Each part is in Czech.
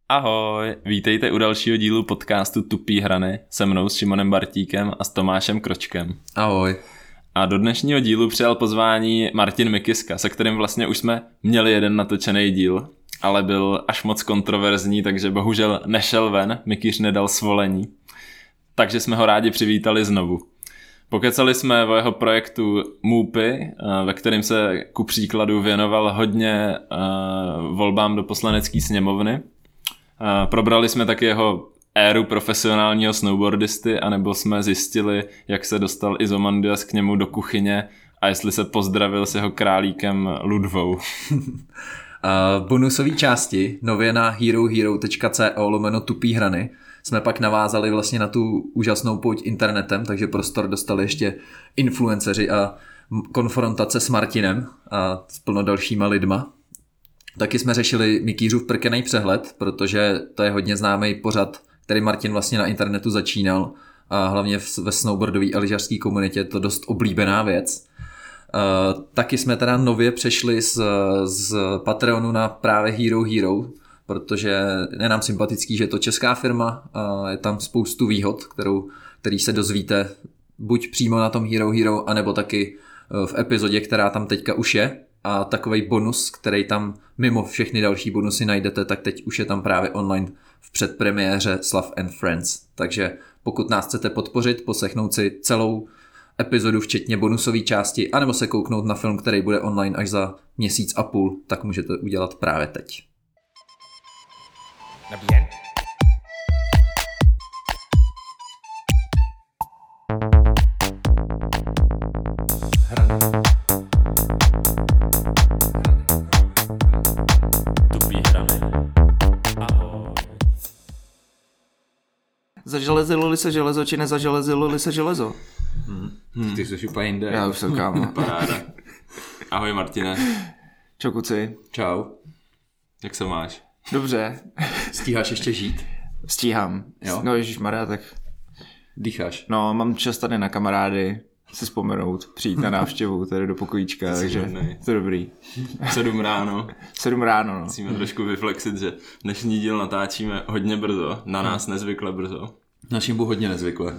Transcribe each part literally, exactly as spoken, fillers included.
Ahoj, vítejte u dalšího dílu podcastu Tupý hrany se mnou s Šimonem Bartíkem a s Tomášem Kročkem. Ahoj. A do dnešního dílu přijal pozvání Martin Mikiska, se kterým vlastně už jsme měli jeden natočený díl, ale byl až moc kontroverzní, takže bohužel nešel ven, Mikýř nedal svolení. Takže jsme ho rádi přivítali znovu. Pokecali jsme o jeho projektu Moopy, ve kterém se ku příkladu věnoval hodně volbám do poslanecké sněmovny. Probrali jsme taky jeho éru profesionálního snowboardisty, anebo jsme zjistili, jak se dostal Izomandias k němu do kuchyně a jestli se pozdravil s jeho králíkem Ludvou. A v bonusové části nově na herohero tečka co lomeno tupý hrany jsme pak navázali vlastně na tu úžasnou pouť internetem, takže prostor dostali ještě influenceři a konfrontace s Martinem a s plno dalšíma lidma. Taky jsme řešili Mikýřův prkenej přehled, protože to je hodně známý pořad, který Martin vlastně na internetu začínal a hlavně ve snowboardové a lyžařské komunitě je to dost oblíbená věc. Uh, taky jsme teda nově přešli z, z Patreonu na právě Hero Hero, protože je nám sympatický, že je to česká firma a je tam spoustu výhod, kterou, který se dozvíte buď přímo na tom Hero Hero, anebo taky v epizodě, která tam teďka už je. A takovej bonus, který tam mimo všechny další bonusy najdete, tak teď už je tam právě online v předpremiéře Slav and Friends. Takže pokud nás chcete podpořit, poslechnout si celou epizodu včetně bonusové části, anebo se kouknout na film, který bude online až za měsíc a půl, tak můžete udělat právě teď. Bien. Zaželezilo-li se železo, či nezaželezilo-li se železo? Hmm. Hmm. Ty jsi úplně jinde. Já už jsem kámo. Paráda. Ahoj Martine. Čau kuci. Čau. Jak se máš? Dobře. Stíháš ještě žít? Stíhám. Jo? No ježišmarja, tak... Dýcháš? No, mám čas tady na kamarády si vzpomenout, přijít na návštěvu tady do pokojíčka, takže žádnej. To je dobrý. Sedm ráno. Sedm ráno, no. Musíme trošku vyflexit, že dnešní díl natáčíme hodně brzo, na nás nezvykle brzo. Na Šimbu hodně nezvykle.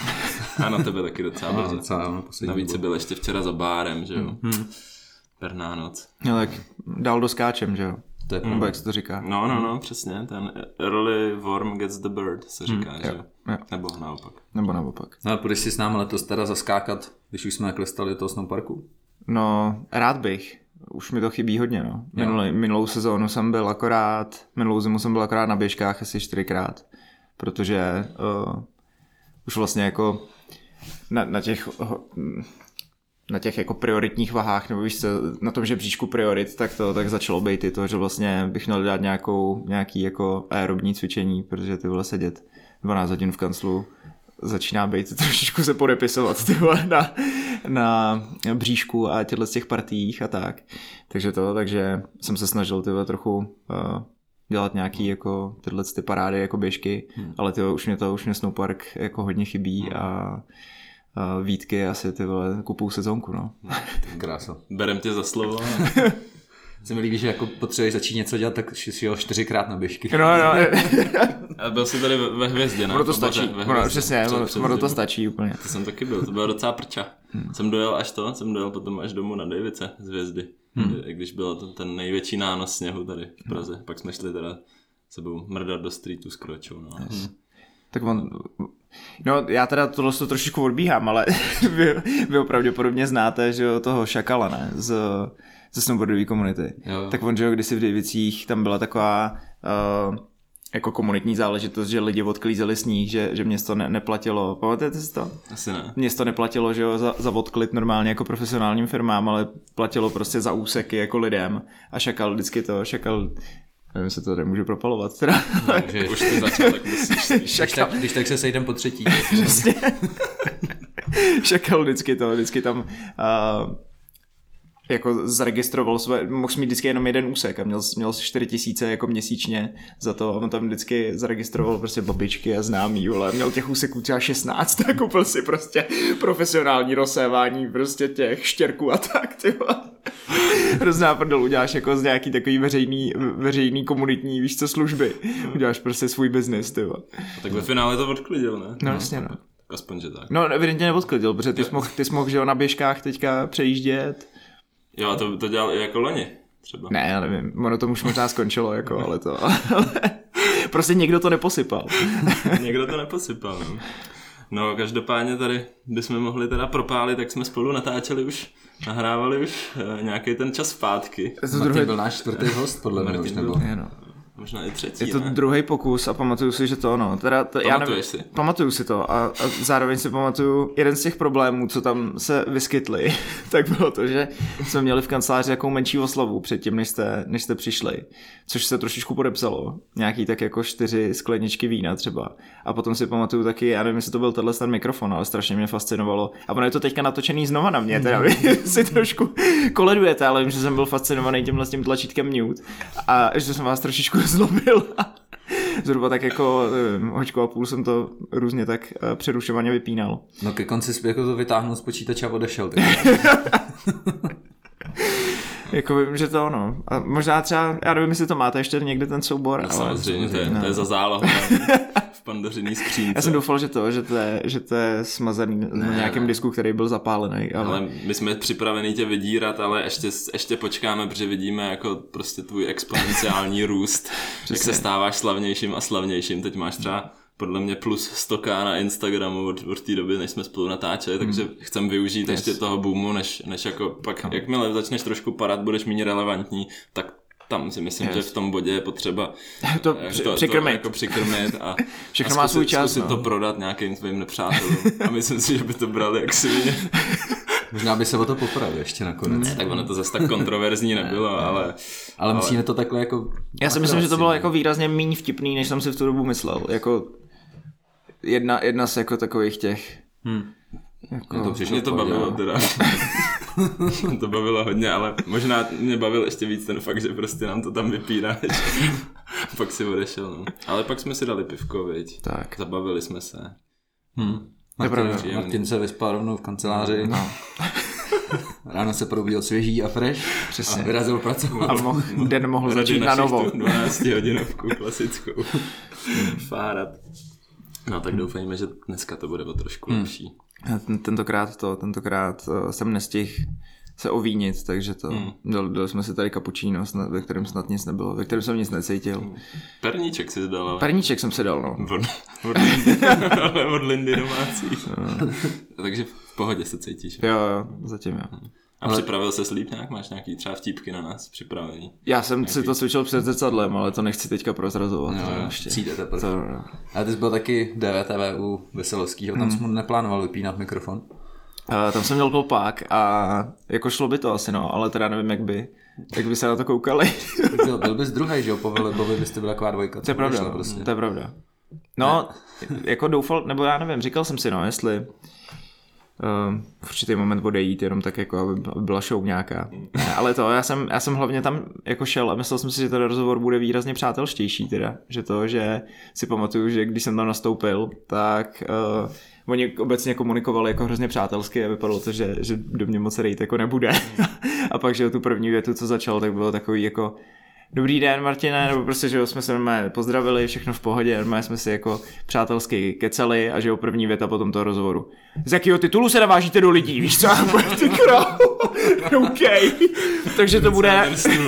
A na tebe taky docela brzo. Docela, no, navíc jsi byl ještě včera za bárem, že jo? Hmm. Perná noc. No tak dál doskáčem, že jo? To je hmm. Nebo jak se to říká? No, no, no, přesně. Ten early worm gets the bird se říká, hmm. že jo? jo? Nebo naopak. Nebo naopak. No a půjdeš si s námi letos teda zaskákat, když už jsme takhle stali do toho snowparku? No, rád bych. Už mi to chybí hodně, no. Minulý, minulou sezónu jsem byl akorát, minulou zimu jsem byl akorát na běžkách asi čtyřikrát, protože uh, už vlastně jako na, na těch... Uh, na těch jako prioritních vahách, nebo víš co, na tom žebříčku priorit, tak to tak začalo být i to, že vlastně bych měl dát nějakou, nějaký jako aerobní cvičení, protože ty vole sedět dvanáct hodin v kanclu začíná být trošičku se podepisovat ty vole na, na bříšku a těchto z těch partiích a tak. Takže to, takže jsem se snažil ty vole trochu uh, dělat nějaký jako tyhle ty parády jako běžky, hmm. ale ty už mě to, už mě snowpark jako hodně chybí a Uh, Vítky asi ty vole kupou sezónku, no. Krása. Berem tě za slovo. Se mi líbí, že jako potřebuješ začít něco dělat, tak si jel čtyřikrát na běžky. No, no. A byl jsi tady ve hvězdě, ne? Ono to stačí, ono, přesně, ono, ono to stačí úplně. To jsem taky byl, to bylo docela prča. Hmm. Jsem dojel až to, jsem dojel potom až domů na Davice z hvězdy. Hmm. Když byl to ten největší nános sněhu tady v Praze. Hmm. Pak jsme šli teda sebou mrdat do streetu s Kročou, no. Hmm. Tak on... No já teda tohle to trošičku odbíhám, ale vy, vy ho pravděpodobně znáte, že jo, toho Šakala, ne, z, ze snowboardové komunity. Jo. Tak on, že jo, kdysi v Davicích tam byla taková uh, jako komunitní záležitost, že lidi odklízeli sníh, že, že město ne, neplatilo, pamatujete si to? Asi ne. Město neplatilo, že jo, za, za odklid normálně jako profesionálním firmám, ale platilo prostě za úseky jako lidem a Šakal vždycky to, Šakal... Nevím, se to nemůžu propalovat teda. Takže už jsi začal, tak musíš. Když tak, když tak se sejdem po třetí. Přesně. Šakal vždycky to, vždycky tam uh, jako zaregistroval své, mohl mít vždycky jenom jeden úsek a měl, měl čtyři tisíce jako měsíčně za to a on tam vždycky zaregistroval prostě babičky a známý, ale měl těch úseků třeba šestnáct a koupil si prostě profesionální rozsévání prostě těch štěrků a tak, ty vole. hrozná prdel, uděláš jako z nějaký takový veřejný, veřejný komunitní, víš co, služby. Uděláš prostě svůj biznis, ty vole. A tak ve finále to odklidil, ne? No jasně, no. Aspoň, že tak. No evidentně neodklidil, protože ty jsi mohl, ty jsi mohl, že jo, na běžkách teďka přejíždět. Jo, a to, to dělal i jako loni třeba. Ne, já nevím, ono to už možná skončilo, jako, ale to... Ale prostě někdo to neposypal. Někdo to neposypal, no. No, každopádně tady, bychom mohli teda propálit, tak jsme spolu natáčeli už, nahrávali už e, nějaký ten čas zpátky. To Martin druhý... byl náš čtvrtý host, podle mě už nebo. Byl... Možná i třetí, Je to ne? druhý pokus a pamatuju si, že to ono. Teda to, já nevím, si? Pamatuju si to a, a zároveň si pamatuju jeden z těch problémů, co tam se vyskytly, tak bylo to, že jsme měli v kanceláři takovou menší oslavu předtím, než jste, než jste přišli, což se trošičku podepsalo. Nějaký tak jako čtyři skleničky vína třeba. A potom si pamatuju taky, já nevím, jestli to byl tenhle ten mikrofon, ale strašně mě fascinovalo. A ono je to teďka natočený znova na mě, teda vy si trošku koledujete, ale vím, že jsem byl fascinovaný tímhle s tím tlačítkem mute a že jsem vás trošičku zlobil. Zhruba tak jako nevím, hoďku a půl jsem to různě tak uh, přerušovaně vypínal. No ke konci jsi jako to vytáhnul z počítače a odešel. Jako vím, že to ono. A možná třeba, já nevím, jestli to máte ještě někde ten soubor. No, ale... samozřejmě, to je, no. to je za zálohu v pandořiný skřínce. Já jsem doufal, že to, že to je, že to je smazaný ne, na nějakém ne. disku, který byl zapálený. Ale... ale my jsme připraveni tě vydírat, ale ještě, ještě počkáme, protože vidíme jako prostě tvůj exponenciální růst. Jak se stáváš slavnějším a slavnějším. Teď máš třeba podle mě plus sto tisíc na Instagramu od, od té doby, než jsme spolu natáčeli, hmm. takže chcem využít yes. ještě toho boomu, než, než jako pak, no. jakmile začneš trošku padat, budeš méně relevantní, tak tam si myslím, yes. že v tom bodě je potřeba to, to, přikrmit. to jako přikrmit a, všechno a má zkusit, svůj čas, zkusit no. to prodat nějakým svým nepřátelům. A myslím si, že by to brali jak svině. Možná by se o to popravil ještě nakonec. Ne, tak ono to zase tak kontroverzní nebylo, ne, ale... Ale, ale musíme to takhle jako... Já si myslím, že to bylo jako výrazně méně vtipný, než jsem si v tu dobu myslel. Jako jedna, jedna z jako takových těch... Hmm. Jako... Mě to, přišlo mě to bavilo teda. Mě to bavilo hodně, ale možná mě bavil ještě víc ten fakt, že prostě nám to tam vypíráš. Pak si odešel, no. Ale pak jsme si dali pivko, viď? Tak. Zabavili jsme se. Hmm. Martin, Martin se vyspal rovnou v kanceláři. No. Ráno se probíjel svěží a fresh. Přesně. A vyrazil pracovat. A mohl, den mohl začít na novo. dvanáctihodinovku klasickou. Fárat. No tak doufejme, že dneska to bude o trošku hmm. lepší. Tentokrát to, tentokrát jsem nestihl se ovínit, takže to, hmm. dali, dali jsme si tady kapučíno, ve kterém snad nic nebylo, ve kterém jsem nic necítil. Perníček si dal, ale... Perníček jsem si dal, no. Od, od, Lindy, ale od Lindy domácí. No. Takže v pohodě se cítíš. Jo, jo, zatím jo. A ale... připravil se líp nějak? Máš nějaký třeba vtípky na nás připravený? Já jsem nějaký... si to cvičil před zrcadlem, ale to nechci teďka prozrazovat. No, to ještě. Přijde teprve. To, no. Ale ty jsi byl taky D V T V u Veselovskýho, tam hmm. jsem neplánoval vypínat mikrofon. Uh, tam jsem měl kolpák a jako šlo by to asi, no, ale teda nevím, jak by, jak by se na to koukali. byl, byl bys druhej, že jo, po Vilibovi byste byla taková dvojka. To je pravda, vyšlo, prostě. To je pravda. No, ne. jako doufal, nebo já nevím, říkal jsem si, no, jestli uh, v určitý moment odejít, jenom tak jako, aby byla show nějaká. Ne, ale to, já jsem, já jsem hlavně tam jako šel a myslel jsem si, že ten rozhovor bude výrazně přátelštější teda, že to, že si pamatuju, že když jsem tam nastoupil, tak uh, oni obecně komunikovali jako hrozně přátelsky a vypadalo to, že, že do mě moc rejt jako nebude. A pak, že tu první větu, co začal, tak bylo takový jako dobrý den, Martine, nebo prostě, že jsme se normálně pozdravili, všechno v pohodě, normálně jsme si jako přátelsky kecali a že jo, první věta potom toho rozhovoru. Z jakého titulu se navážíte do lidí, víš co? Ty krávo. OK. Takže to bude...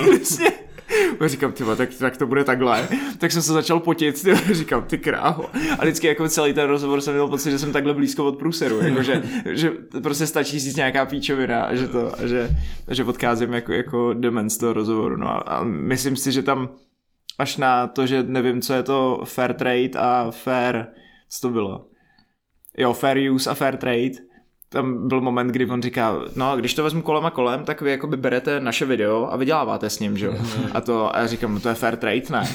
Říkám, tyba, tak, tak to bude takhle. Tak jsem se začal potit, tyba, říkám, ty kráho. A vždycky jako celý ten rozhovor jsem měl pocit, že jsem takhle blízko od průseru. Jako, že, že prostě stačí říct nějaká píčovina a že, to, že, že odcházím jako, jako dement z toho rozhovoru. No a, a myslím si, že tam až na to, že nevím, co je to fair trade a fair... Co to bylo? Jo, fair use a fair trade. Tam byl moment, kdy on říká, no když to vezmu kolem a kolem, tak vy jakoby berete naše video a vyděláváte s ním, že jo? A to, a já říkám, no to je fair trade, ne?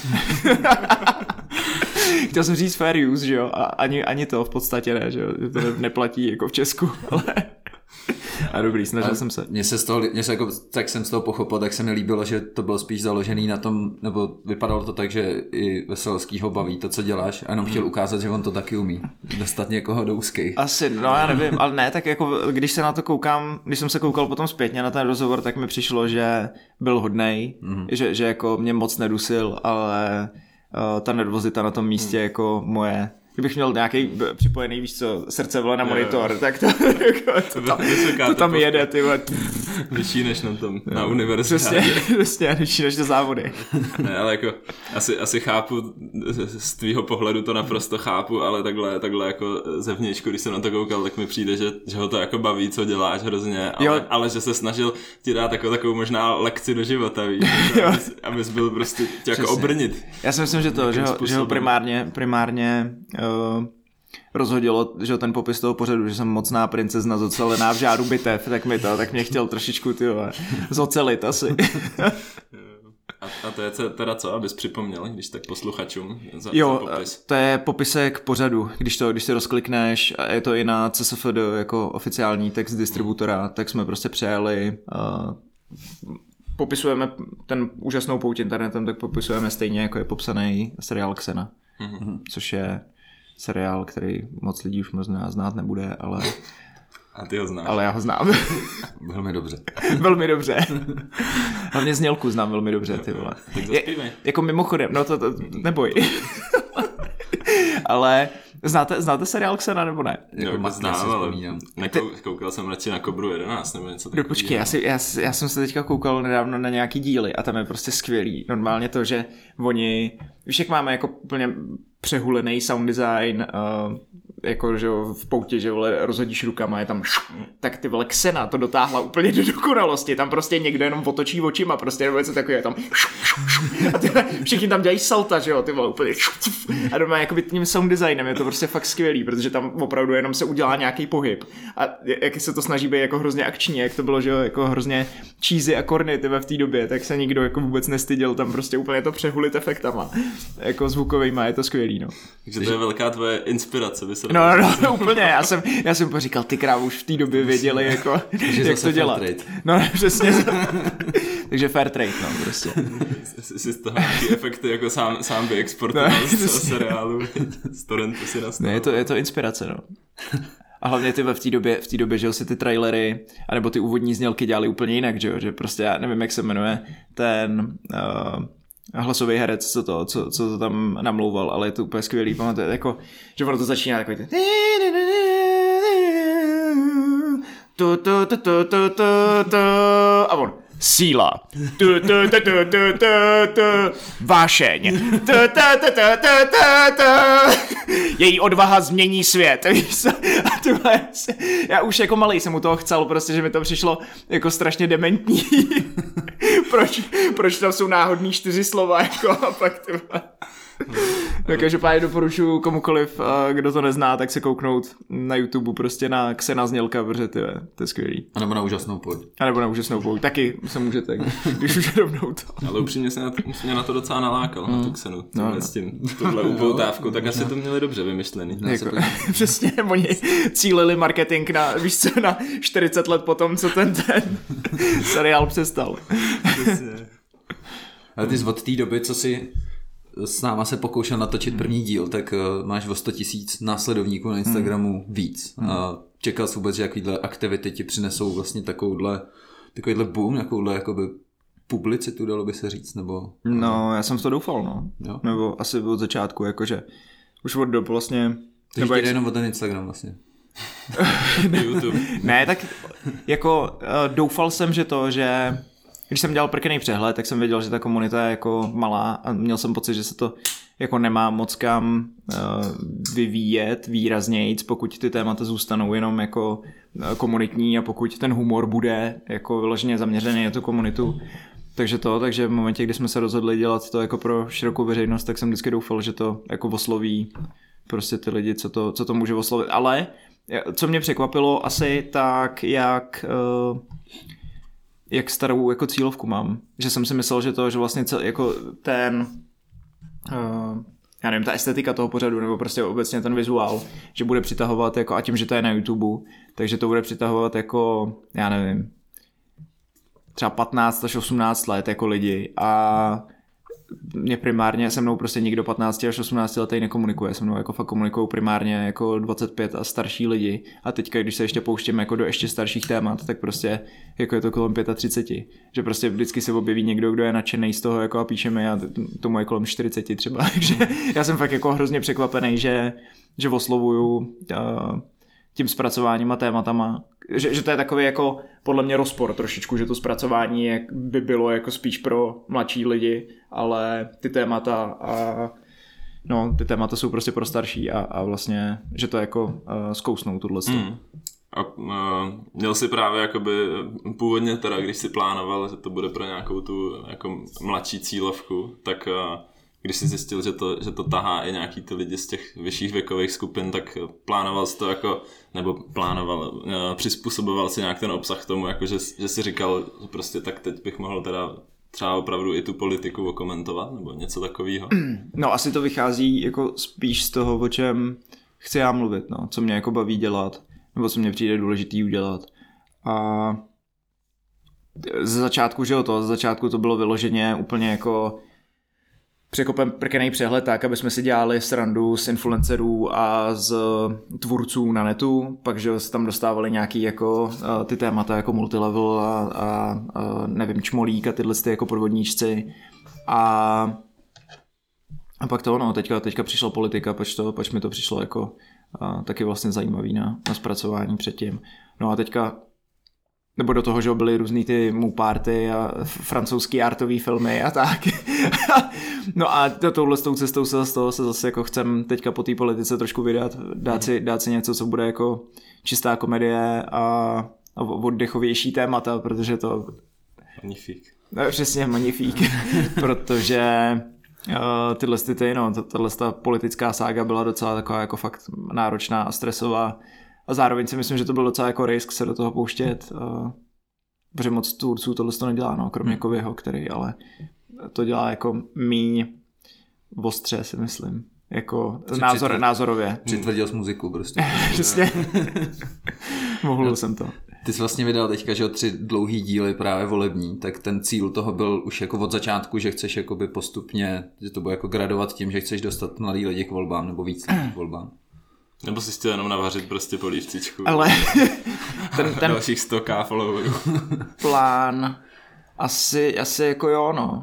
Chtěl jsem říct fair use, že jo? A ani, ani to v podstatě ne, že jo? To neplatí jako v Česku, ale, A dobrý, snažil a jsem se. Mně se z toho, mně se jako, tak jsem z toho pochopil, tak se mi líbilo, že to bylo spíš založený na tom, nebo vypadalo to tak, že i Veselskýho baví to, co děláš, a jenom chtěl ukázat, že on to taky umí. Dostat někoho do úzkej. Asi, no já nevím, ale ne, tak jako když se na to koukám, když jsem se koukal potom zpětně na ten rozhovor, tak mi přišlo, že byl hodnej, mm-hmm. že, že jako mě moc nedusil, ale uh, ta nervozita na tom místě mm. jako moje. Kdybych měl nějaký připojený, víš co, srdce vole na monitor, tak to, jako, to, tam, to tam jede, ty vole. Vyšší než na tom, na univerzitě. Přesně, přesně, vyšší než do závody. Ne, ale jako, asi, asi chápu, z tvýho pohledu to naprosto chápu, ale takhle, takhle jako zevnějšku, když jsem na to koukal, tak mi přijde, že, že ho to jako baví, co děláš hrozně, ale, ale že se snažil ti dát takovou, takovou možná lekci do života, víš, abys, abys byl prostě tě jako obrnit. Já si myslím, že to, že ho, že ho primárně, primárně Uh, rozhodilo, že ten popis toho pořadu, že jsem mocná princezna zocelená v žáru bitev, tak mi to, tak mě chtěl trošičku ty vole, zocelit asi. A, a to je teda co, abys připomněl, když tak posluchačům za, jo, za popis? To je popisek pořadu, když to, když si rozklikneš, a je to i na C S F D jako oficiální text distributora, tak jsme prostě přejeli uh, popisujeme ten úžasnou pouť internetem, tak popisujeme stejně, jako je popsaný seriál Xena, mm-hmm. což je seriál, který moc lidí už možná znát nebude, ale... A ty ho znáš. Ale já ho znám. Velmi dobře. velmi dobře. Hlavně znělku znám velmi dobře, ty vole. Tak zaspívej. Je, jako mimochodem, no to, to neboj. Ale znáte, znáte seriál Xena nebo ne? Jako no, znám, ale nekou, koukal jsem radši na Kobru jedenáct nebo něco takového. No počkej, já, si, já, já jsem se teďka koukal nedávno na nějaký díly a tam je prostě skvělý. Normálně to, že oni, víš jak máme jako úplně přehulený sound design, uh, jako že v poutě, že vole rozhodíš rukama, je tam šup, tak ty vole Xena to dotáhla úplně do dokonalosti, tam prostě někdo jenom otočí očima, prostě nebo něco takové, tam šup, šup, šup, a ty, všichni tam dělají salta, že jo, ty vole úplně šup, a doma jakoby tím sound designem je to prostě fakt skvělý, protože tam opravdu jenom se udělá nějaký pohyb a jak se to snaží být jako hrozně akční, jak to bylo, že jo, jako hrozně cheesy a korny tyhle v té době, tak se nikdo jako vůbec nestyděl tam prostě úplně to přehulit efektama, jako zvukovejma, je to skvělý, no. Takže to je velká tvoje inspirace, by se No, no, no, úplně, já jsem, já jsem poříkal, ty krávo, už v té době věděli, jako, jak to dělat. No, přesně. Takže fair trade, no, prostě. Jsi z toho nějaký efekty, jako sám, sám by exportoval no, z seriálu, z torrentu si nastavil. Ne, je to, je to inspirace, no. A hlavně ty v té době, v té době, že jo, si ty trailery, anebo ty úvodní znělky dělali úplně jinak, že jo, že prostě, já nevím, jak se jmenuje ten... Uh, hlasový herec, co to, co, co to tam namlouval, ale je to úplně skvělý, pamatujete, jako, že ono to začíná takový ty... A on, síla, vášeň, její odvaha změní svět. A tyhle, já už jako malej jsem u toho chcel, prostě, že mi to přišlo jako strašně dementní. proč, proč tam jsou náhodný čtyři slova, jako, a pak tyhle. Tak každopádně doporučuji komukoliv, kdo to nezná, tak se kouknout na YouTube prostě na Xena znělka, protože ty, to je skvělý. A nebo na úžasnou pouť. A nebo na úžasnou pouť, taky se můžete, když už rovnou to. Ale upřímně se na to, mě na to docela nalákal, mm. na tu Xenu, no, no. S tím, tuhle upoutávku, tak asi to měli dobře vymyšlený. Jako, přesně, oni cílili marketing na, víš co, na čtyřicet let potom, co ten, ten seriál přestal. Přesně. Ale ty jsi od té doby, co si s náma se pokoušel natočit první díl, tak uh, máš o sto tisíc následovníků na Instagramu hmm. víc. Hmm. A čekal jsi vůbec, že jakýhle aktivity ti přinesou vlastně takovouhle, takovýhle boom, takovouhle jakoby publicitu, dalo by se říct, nebo... No, já jsem v to doufal, no. Jo? Nebo asi od začátku, jakože už od dob vlastně... To jde jenom o ten Instagram vlastně. YouTube. Ne, tak jako uh, doufal jsem, že to, že... Když jsem dělal prkený přehled, tak jsem věděl, že ta komunita je jako malá a měl jsem pocit, že se to jako nemá moc kam uh, vyvíjet výraznějc, pokud ty témata zůstanou jenom jako uh, komunitní a pokud ten humor bude jako vyloženě zaměřený na tu komunitu. Takže to, takže v momentě, kdy jsme se rozhodli dělat to jako pro širokou veřejnost, tak jsem vždycky doufal, že to jako osloví prostě ty lidi, co to, co to může oslovit. Ale co mě překvapilo asi, tak jak... Uh, jak starou jako cílovku mám. Že jsem si myslel, že to, že vlastně cel, jako ten uh, já nevím, ta estetika toho pořadu, nebo prostě obecně ten vizuál, že bude přitahovat jako, a tím, že to je na YouTube, takže to bude přitahovat jako, já nevím, třeba patnáct až osmnáct let jako lidi a mě primárně se mnou prostě nikdo patnáct až osmnáct letý nekomunikuje, se mnou jako fakt komunikují primárně jako dvacet pět a starší lidi a teďka, když se ještě pouštím jako do ještě starších témat, tak prostě jako je to kolem třicet pět, že prostě vždycky se objeví někdo, kdo je nadšený z toho jako a píše mi a tomu je kolem čtyřicet třeba, takže já jsem fakt jako hrozně překvapený, že, že oslovuju uh, tím zpracováním a tématama, že, že to je takový jako podle mě rozpor trošičku, že to zpracování je, by bylo jako spíš pro mladší lidi, ale ty témata a no, ty témata jsou prostě pro starší a, a vlastně, že to jako uh, zkousnou tuhle mm. A uh, měl si právě jakoby původně teda, když si plánoval, že to bude pro nějakou tu jako mladší cílovku, tak uh, když jsi zjistil, že to, že to tahá i nějaký ty lidi z těch vyšších věkových skupin, tak plánoval jsi to jako, nebo plánoval, uh, přizpůsoboval si nějak ten obsah k tomu, jako že, že si říkal, že prostě tak teď bych mohl teda třeba opravdu i tu politiku okomentovat, nebo něco takového? No asi to vychází jako spíš z toho, o čem chci já mluvit, no, co mě jako baví dělat, nebo co mě přijde důležitý udělat. A ze začátku, že jo, to, ze začátku to bylo vyloženě úplně jako překopem prkenej přehled tak, aby jsme si dělali srandu z influencerů a z tvůrců na netu, pak že se tam dostávali nějaký jako uh, ty témata jako multilevel a, a uh, nevím, čmolík a tyhle ty jako podvodníčci a, a pak to no, teďka, teďka přišla politika, pač, to, pač mi to přišlo jako uh, taky vlastně zajímavý na, na zpracování předtím. No a teďka nebo do toho, že byly různý ty mu party a francouzský artový filmy a tak. No a touhle s tou cestou se z toho se zase jako chcem teďka po té politice trošku vydat, dát si, dát si něco, co bude jako čistá komedie a, a oddechovější témata, protože to... Magnifík. No, přesně, magnifík, protože uh, tyhle ty, no, tahle ta politická sága byla docela taková jako fakt náročná a stresová. A zároveň si myslím, že to byl docela jako risk se do toho pouštět, uh, protože moc tvůrců tohle to nedělá, no, kromě hmm. Kovyho, který ale to dělá jako míň ostře, si myslím. Jako názor, přitvrd, názorově. Přitvrdil jsi muziku prostě. Přesně. Mohl no, jsem to. Ty jsi vlastně vydal teďka, že o tři dlouhý díly právě volební, tak ten cíl toho byl už jako od začátku, že chceš jakoby postupně, že to bude jako gradovat tím, že chceš dostat mladý lidi k volbám nebo víc k volbám. Nebo jsi chtěl jenom navařit prostě polívčičku. Ale ten, ten dalších sto tisíc followerů. Plán asi, asi jako jo, no.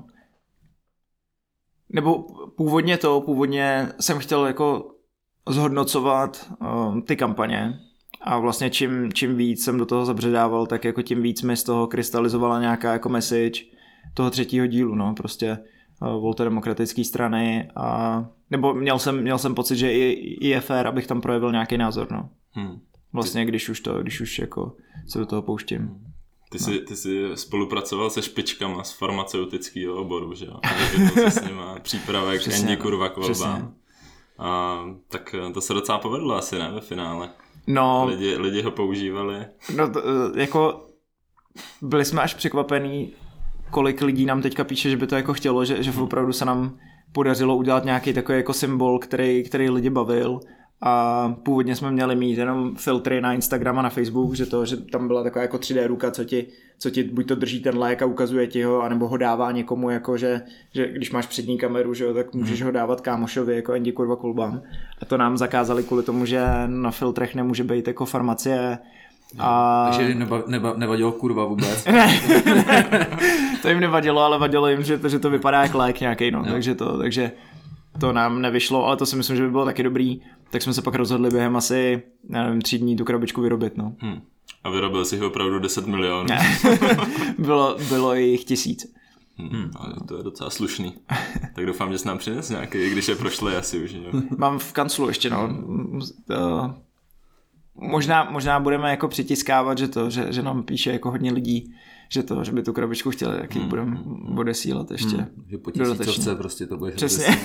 Nebo původně to, původně jsem chtěl jako zhodnocovat uh, ty kampaně a vlastně čím, čím víc jsem do toho zabředával, tak jako tím víc mi z toho krystalizovala nějaká jako message toho třetího dílu, no, prostě uh, volte demokratické strany a nebo měl jsem, měl jsem pocit, že i, i je fér, abych tam projevil nějaký názor, no. Hmm. Vlastně, když už to, když už jako se do toho pouštím. Ty jsi, ty jsi spolupracoval se špičkama z farmaceutického oboru, že jo? To s nima přípravek Andy kurva k volbám. A tak to se docela povedlo asi, ne, ve finále? No. Lidi, lidi ho používali. No, to, jako byli jsme až překvapení, kolik lidí nám teďka píše, že by to jako chtělo, že, že opravdu se nám podařilo udělat nějaký takový jako symbol, který, který lidi bavil. A původně jsme měli mít jenom filtry na Instagram a na Facebook, že to, že tam byla taková jako tři dé ruka, co ti, co ti buď to drží ten lék a ukazuje ti ho, anebo ho dává někomu, jako že, že když máš přední kameru, že jo, tak můžeš ho dávat kámošovi, jako Andy kurva kolbám. A to nám zakázali kvůli tomu, že na filtrech nemůže být jako farmacie. A... Takže neba, neba, nevadilo kurva vůbec. ne, ne, to jim nevadilo, ale vadilo jim, že to, že to vypadá jak lék nějaký, no, takže to, takže to nám nevyšlo, ale to si myslím, že by bylo taky dobrý. Tak jsme se pak rozhodli během asi, nevím, tři dní tu krabičku vyrobit, no. Hmm. A vyrobil jsi ho opravdu deset milionů. bylo, bylo jich tisíc. Hmm, ale to je docela slušný. Tak doufám, že jsi nám přines nějaký, když je prošli asi už. Jo. Mám v kanclu ještě, no. Uh, možná, možná budeme jako přitiskávat, že to, že, že nám píše jako hodně lidí, že to, že by tu krabičku chtěli, jak ji hmm. budeme odesílat ještě. Hmm. Že po tisícovce prostě to budeš. Přesně.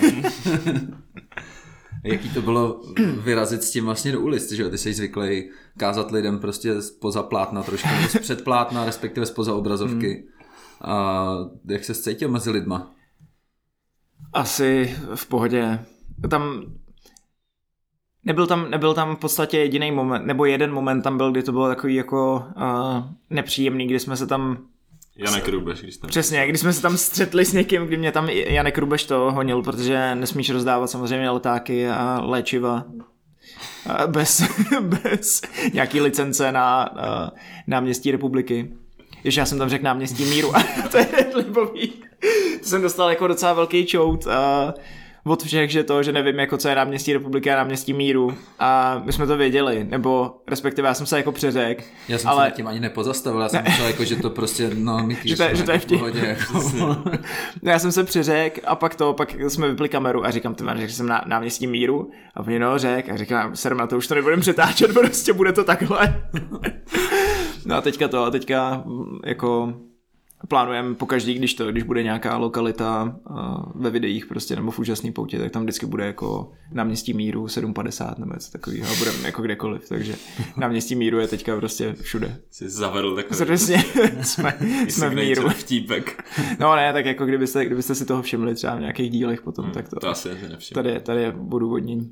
Jaký to bylo vyrazit s tím vlastně do ulic, že jo? Ty jsi zvyklý kázat lidem prostě spoza plátna trošku, nebo před plátna, respektive spoza obrazovky. Hmm. A jak se cítil mezi lidma? Asi v pohodě. tam nebyl tam, nebyl tam v podstatě jediný moment, nebo jeden moment tam byl, kdy to bylo takový jako uh, nepříjemný, kdy jsme se tam Janek Rubeš, když tam... Přesně, když jsme se tam střetli s někým, kdy mě tam Janek Rubeš to honil, protože nesmíš rozdávat samozřejmě letáky a léčiva bez, bez nějaký licence na uh, náměstí Republiky. Ještě já jsem tam řekl náměstí Míru a to je libový. To jsem dostal jako docela velký čout a od všech, že to, že nevím, jako co je náměstí Republiky a náměstí Míru. A my jsme to věděli, nebo respektive já jsem se jako přeřekl. Já jsem ale... se tím ani nepozastavil, já jsem myslel, jako, že to prostě, no, Miky, že, to, že to je vtip. Pohodě, jako. Já jsem se přiřekl a pak to, pak jsme vypli kameru a říkám, ty že jsem na náměstí Míru a oni no řek a říkám, serem na to, už to nebudem přetáčet, prostě bude to takhle. No a teďka to, a teďka jako plánujeme pokaždý, když to, když bude nějaká lokalita uh, ve videích prostě nebo v úžasný poutě, tak tam vždycky bude jako náměstí Míru sedm padesát nebo něco takového a budeme jako kdekoliv, takže náměstí Míru je teďka prostě všude. Jsi zavedl takový. Přesně, jsme, jsme v Míru. Vtípek. No ne, tak jako kdybyste, kdybyste si toho všimli třeba v nějakých dílech potom, hmm, tak to, to asi nevšiml. Tady, tady je odůvodnění.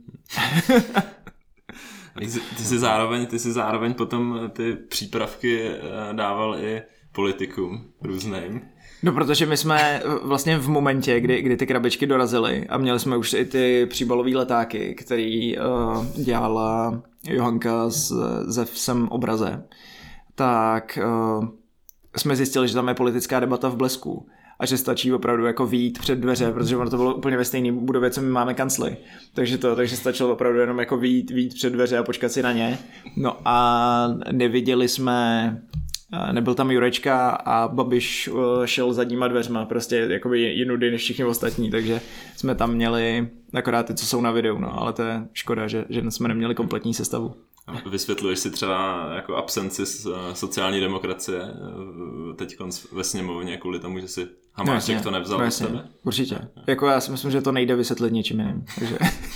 Ty jsi zároveň, ty jsi zároveň potom ty přípravky dával i politikům různým. No, protože my jsme vlastně v momentě, kdy, kdy ty krabičky dorazily a měli jsme už i ty příbalové letáky, který uh, dělala Johanka z, ze Vsem obraze, tak uh, jsme zjistili, že tam je politická debata v Blesku a že stačí opravdu jako vyjít před dveře, protože ono to bylo úplně ve stejné budově, co my máme kancly. Takže to, takže stačilo opravdu jenom jako vyjít, vyjít před dveře a počkat si na ně. No a neviděli jsme, nebyl tam Jurečka a Babiš šel zadníma dveřma, prostě jakoby jinudy než všichni ostatní, takže jsme tam měli akorát ty, co jsou na videu, no, ale to je škoda, že, že jsme neměli kompletní sestavu. Vysvětluješ si třeba jako absenci sociální demokracie teď ve sněmovně kvůli tomu, že si Hamáček no, to nevzal no, od tebe? Určitě. Jako já si myslím, že to nejde vysvětlit ničím jiným. Takže...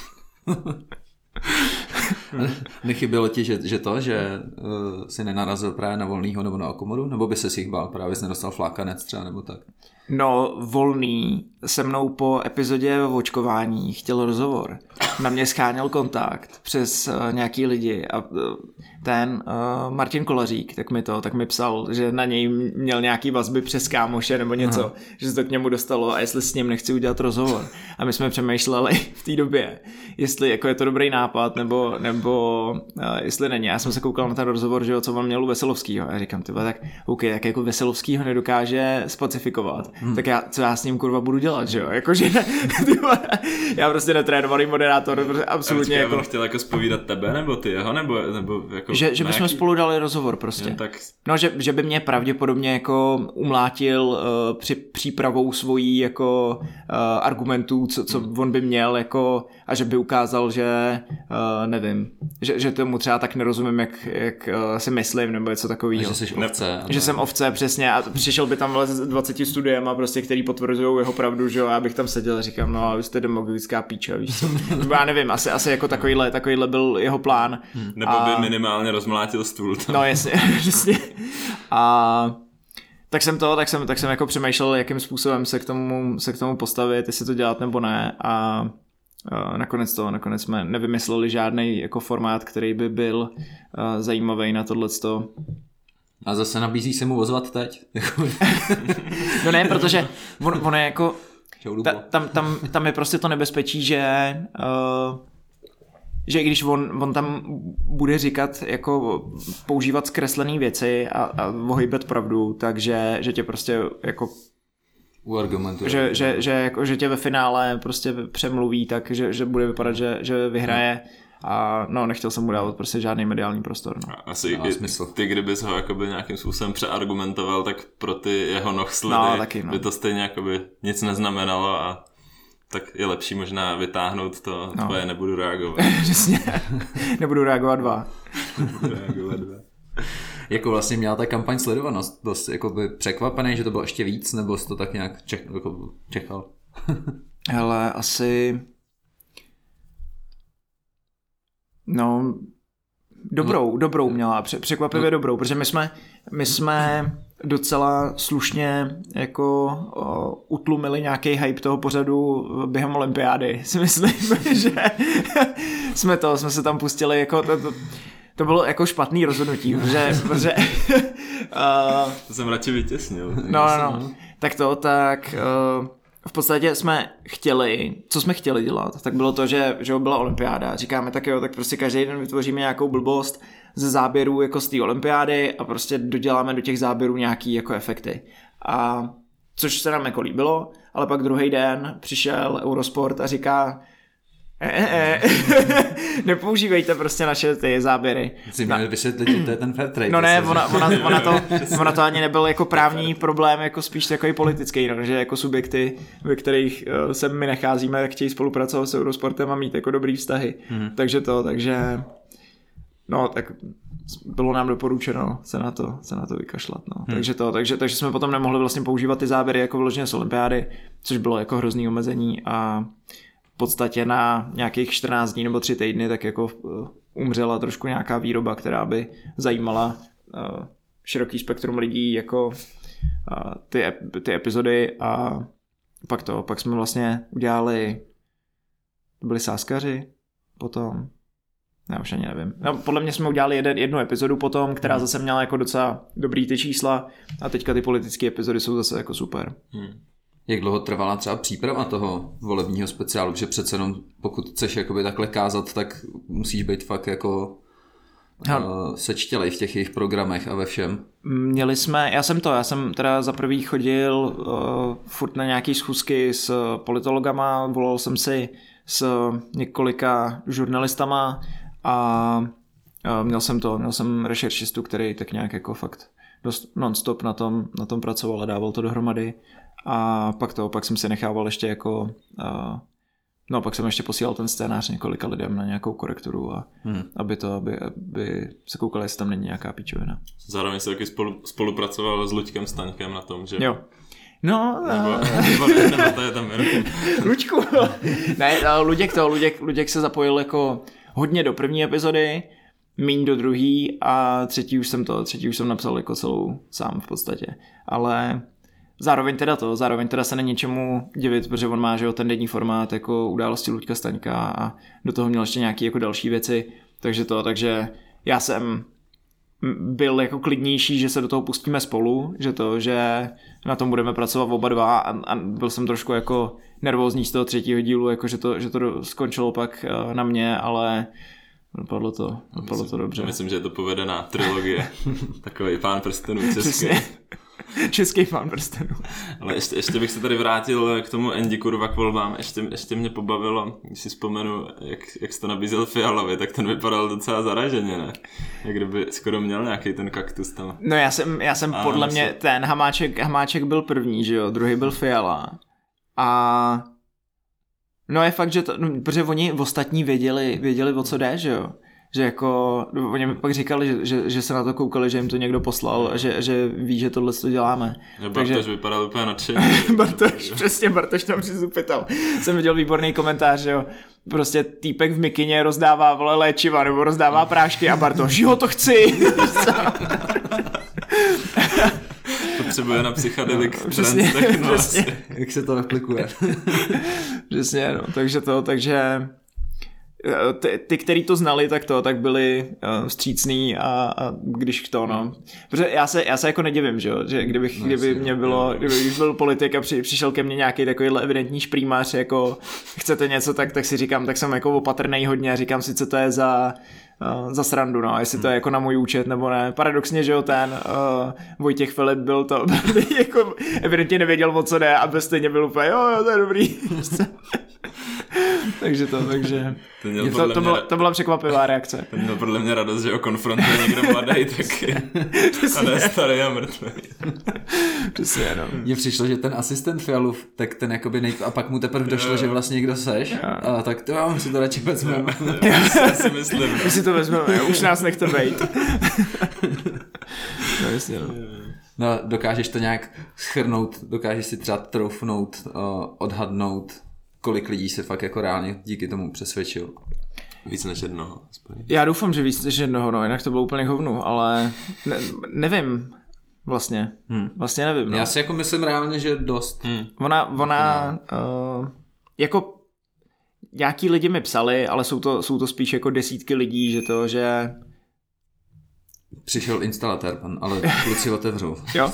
Nechybilo ti, že, že to, že uh, si nenarazil právě na Volnýho nebo na Okomoru? Nebo by se si jich bál? Právě jsi nedostal flákanec třeba nebo tak? No, Volný se mnou po epizodě o očkování chtěl rozhovor. Na mě scháněl kontakt přes uh, nějaký lidi a uh, ten uh, Martin Kolařík, tak mi to, tak mi psal, že na něj měl nějaký vazby přes kámoše nebo něco, aha, že se to k němu dostalo a jestli s ním nechci udělat rozhovor. A my jsme přemýšleli v té době, jestli jako je to dobrý nápad nebo, nebo uh, jestli není. Já jsem se koukal na ten rozhovor, že jo, co on měl u Veselovskýho. A já říkám, tyba, tak OK, tak jako Veselovskýho nedokáže spacifikovat. Hmm. Tak já, co já s ním kurva budu dělat, že jo? Jakože ne, tyba, já prostě netrénovaný moderátor, prostě absolutně jako... On chtěl jako zpovídat tebe, nebo ty jeho, nebo, nebo jako... Že, že bychom nějaký... spolu dali rozhovor prostě. Jen tak... No, že, že by mě pravděpodobně jako umlátil uh, při přípravou svojí jako uh, argumentů, co, co hmm. on by měl jako a že by ukázal, že uh, nevím, že, že tomu třeba tak nerozumím, jak, jak uh, si myslím, nebo něco takového. Že jsi ovce. Že jsem ovce, přesně, a přišel by tam s dvaceti studiem a prostě, který potvrzují jeho pravdu, že jo, a já bych tam seděl a říkám, no, vy jste demagogická píča, víš co. Já nevím, asi, asi jako takovýhle, takovýhle byl jeho plán. Hmm. Nebo by a... minimálně rozmlátil stůl tam. No jasně, přesně. A tak jsem to, tak jsem, tak jsem jako přemýšlel, jakým způsobem se k tomu, se k tomu postavit, jestli to dělat nebo ne a Uh, nakonec to, nakonec jsme nevymysleli žádný jako formát, který by byl uh, zajímavý na tohleto. A zase nabízí se mu ozvat teď? No ne, protože on, on je jako ta, tam, tam, tam je prostě to nebezpečí, že uh, že když on, on tam bude říkat jako používat zkreslené věci a, a ohýbat pravdu, takže že tě prostě jako Že, že, že, jako, že tě ve finále prostě přemluví tak, že, že bude vypadat, že, že vyhraje a no, nechtěl jsem mu dávat prostě žádný mediální prostor. No. Asi i smysl. Ty, kdybys ho jakoby nějakým způsobem přeargumentoval, tak pro ty jeho nohsledy no, taky, no. by to stejně jakoby nic neznamenalo a tak je lepší možná vytáhnout to no. tvoje nebudu reagovat. Přesně, nebudu reagovat dva. Nebudu reagovat dva. Jako vlastně měla ta kampaň sledovanost, byl jsi jako by překvapený, že to bylo ještě víc, nebo jsi to tak nějak ček, jako čekal? Hele, asi no dobrou, no. dobrou měla, překvapivě no. dobrou, protože my jsme, my jsme docela slušně jako uh, utlumili nějaký hype toho pořadu během olympiády. Si myslím, že jsme to, jsme se tam pustili jako... To, to, to bylo jako špatný rozhodnutí, protože... protože uh, to jsem radši vytěsnil. No, no, no. Tak to, tak... Uh, v podstatě jsme chtěli, co jsme chtěli dělat, tak bylo to, že, že byla olympiáda. Říkáme tak jo, tak prostě každý den vytvoříme nějakou blbost ze záběrů jako z té olympiády a prostě doděláme do těch záběrů nějaký jako efekty. A což se nám jako líbilo, ale pak druhý den přišel Eurosport a říká e, e, e. nepoužívejte prostě naše ty záběry. Jsi měl vysvětlit, že to je ten fair trade. No ne, ona, ona, ona, to, ona to ani nebyl jako právní problém, jako spíš takový politický, no, že jako subjekty, ve kterých uh, se my nacházíme, chtějí spolupracovat s Eurosportem a mít jako dobrý vztahy. Mm-hmm. Takže to, takže no, tak bylo nám doporučeno se na to, se na to vykašlat, no. Hmm. Takže to, takže, takže jsme potom nemohli vlastně používat ty záběry jako vyloženě z olympiády, což bylo jako hrozný omezení a v podstatě na nějakých čtrnáct dní nebo tři týdny tak jako umřela trošku nějaká výroba, která by zajímala uh, široký spektrum lidí jako uh, ty, ty epizody a pak to, pak jsme vlastně udělali, to byli sáskaři potom, já už ani nevím. No, podle mě jsme udělali jeden, jednu epizodu potom, která zase měla jako docela dobrý ty čísla a teďka ty politické epizody jsou zase jako super. Hmm. Jak dlouho trvala třeba příprava toho volebního speciálu, že přece jenom pokud chceš jakoby takhle kázat, tak musíš být fakt jako uh, sečtělej v těch jejich programech a ve všem. Měli jsme, já jsem to, já jsem teda za prvý chodil uh, furt na nějaký schůzky s politologama, volal jsem si s několika žurnalistama a uh, měl jsem to, měl jsem rešeršistu, který tak nějak jako fakt dost non-stop na tom, na tom pracoval a dával to dohromady. A pak to, pak jsem si nechával ještě jako, uh, no pak jsem ještě posílal ten scénář několika lidem na nějakou korekturu a hmm. aby to, aby, aby se koukali, jestli tam není nějaká píčovina. Zároveň se taky spolu, spolupracoval s Luďkem Staňkem na tom, že? Jo. No, nebo, nebo, nebo to je tam jenom. Luďku, ne, Luděk to, Luděk, Luděk se zapojil jako hodně do první epizody, míň do druhý a třetí už jsem to, třetí už jsem napsal jako celou sám v podstatě, ale zároveň teda to, zároveň teda se není čemu divit, protože on má, že jo, ten denní formát jako Události Luďka Staňka a do toho měl ještě nějaký jako další věci, takže to, takže já jsem byl jako klidnější, že se do toho pustíme spolu, že to, že na tom budeme pracovat oba dva a, a byl jsem trošku jako nervózní z toho třetího dílu, jako že to, že to skončilo pak na mě, ale dopadlo to, dopadlo myslím, to dobře. Myslím, že je to povedená trilogie, takový Pán prstenů český. Český Pán prstenů. Ale ještě, ještě bych se tady vrátil k tomu Andy kurva k volbám. Ještě, ještě mě pobavilo, když si vzpomenu, jak, jak jsi to nabízel Fialovi, tak ten vypadal docela zaraženě, ne? Jak kdyby skoro měl nějaký ten kaktus tam. No já jsem, já jsem podle mě, se... ten Hamáček, Hamáček byl první, že jo, druhý byl Fiala. A no je fakt, že to, no, protože oni ostatní věděli, věděli o co jde, že jo. Že jako, oni mi pak říkali, že, že, že se na to koukali, že jim to někdo poslal a že, že ví, že tohle to děláme. Že Bartoš Takže... vypadal úplně nadšeně. Bartoš, přesně, Bartoš tam přizupital. Jsem viděl výborný komentář, že jo. Prostě týpek v mikině rozdává vole léčiva nebo rozdává prášky a Bartoš, jo, to chci. Potřebuje na psychadelik no, přesně, trend, přesně. Jak se to aplikuje. Přesně, no, takže to, takže ty, ty, který to znali, tak to, tak byli uh, vstřícný a, a když to, no. Protože já se, já se jako nedivím, že jo, že kdybych, no, kdyby mě bylo, kdybych byl politik a při, přišel ke mně nějaký takovýhle evidentní šprýmář, jako chcete něco, tak, tak si říkám, tak jsem jako opatrnej hodně a říkám si, co to je za Uh, za srandu, no, jestli to je jako na můj účet nebo ne. Paradoxně, že jo, ten uh, Vojtěch Filip byl to, jako evidentně nevěděl, o co jde a bez stejně byl úplně, jo, jo, to je dobrý. takže to, takže to, to, to, byla, to byla překvapivá reakce. To měl podle mě radost, že ho konfrontuje někdo mladý taky. A ne starý a mrtvý. Přesně, no. Mně přišlo, že ten asistent Fialův, tak ten jakoby nej... a pak mu teprve došlo, jo. že vlastně někdo seš. A tak to já si to radši vezmeme. Já si myslím, no. My si to vezmeme, už nás nechte bejt. No jasně, no. No, dokážeš to nějak shrnout, dokážeš si třeba troufnout, uh, odhadnout, kolik lidí se fakt jako reálně díky tomu přesvědčil. Víc než jednoho. Aspoň. Já doufám, že víc než jednoho, no, jinak to bylo úplně hovnu, ale ne, nevím. Vlastně. Hmm. Vlastně nevím. No. Já si jako myslím reálně, že dost. Hmm. Ona, ona uh, jako nějaký lidi mi psali, ale jsou to, jsou to spíš jako desítky lidí, že to, že přišel instalatér, pan, ale kluci otevřou. Jo.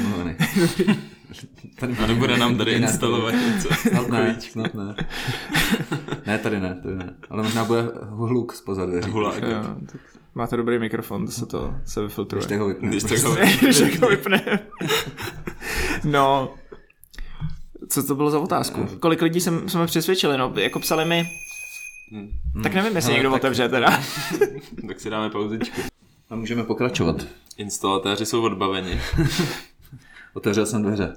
A nebude nám tady instalovat něco. Snad ne, snad ne. Ne, tady ne, tady ne. Ale možná bude hluk zpoza dveří. Hulák. Máte dobrý mikrofon, to se to se vyfiltruje. Když tak ho vypne. Když tak ho Když tak ho vypne. No, co to bylo za otázku? Kolik lidí jsem, jsme přesvědčili? No, jako psali mi, hmm. tak nevím, jestli Hele, někdo tak... otevře teda. Tak si dáme pauzičku. A můžeme pokračovat. Instalatéři jsou odbaveni. Otevřel jsem dveře.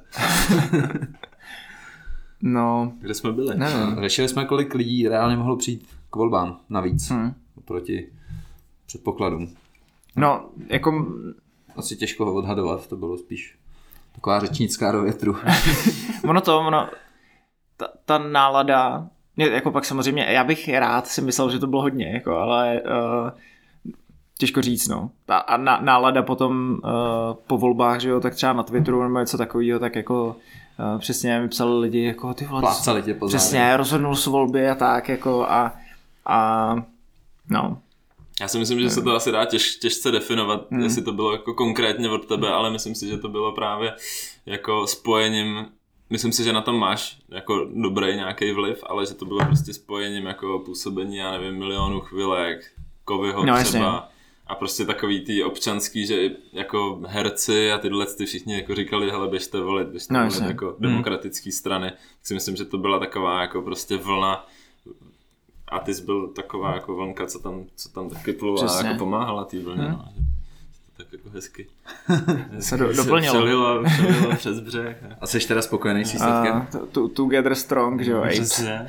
No. Kde jsme byli? Nevím. Řešili jsme, kolik lidí reálně mohlo přijít k volbám navíc. Hmm. Proti předpokladům. No, jako... Asi těžko ho odhadovat, to bylo spíš taková řečnická do větru. ono to, ono... Ta, ta nálada... Jako pak samozřejmě, já bych rád si myslel, že to bylo hodně, jako, ale... Uh, těžko říct, no. A, a na, nálada potom uh, po volbách, že jo, tak třeba na Twitteru nebo něco takového, tak jako uh, přesně mi psali lidi, jako ty vole... Plácali tě po přesně, rozhodnul s volby a tak, jako a... a no. Já si myslím, že se to asi dá těž, těžce definovat, hmm. jestli to bylo jako konkrétně od tebe, ale myslím si, že to bylo právě jako spojením, myslím si, že na tom máš jako dobrý nějaký vliv, ale že to bylo prostě spojením jako působení, já nevím, milionů chvilek, Kovyho no, třeba jasně. A prostě takový ty občanský, že jako herci a tyhle ty všichni jako říkali, hele běžte volit, běžte no, volit jako demokratický hmm. strany, tak si myslím, že to byla taková jako prostě vlna. A ty jsi byl taková jako vlnka, co tam, co tam taky plula a jako pomáhala té vlně. Hmm. No. To tak jako hezky, hezky se do, doplnilo. Přelilo, přelilo přes břeh. A jsi teda spokojený s výsledkem? Uh, together strong, že jo, Přesně.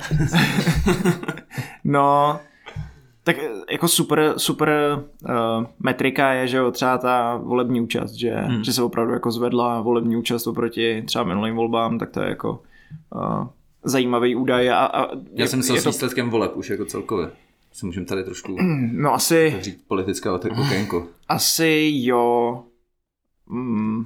No, tak jako super, super uh, metrika je, že jo, třeba ta volební účast, že, hmm. že se opravdu jako zvedla volební účast oproti třeba minulým volbám, tak to je jako... Uh, zajímavý údaj. A, a Já je, jsem myslel s to... výsledkem voleb už jako celkově. Si můžeme tady trošku no asi... říct politická okénko. Asi jo. Mm.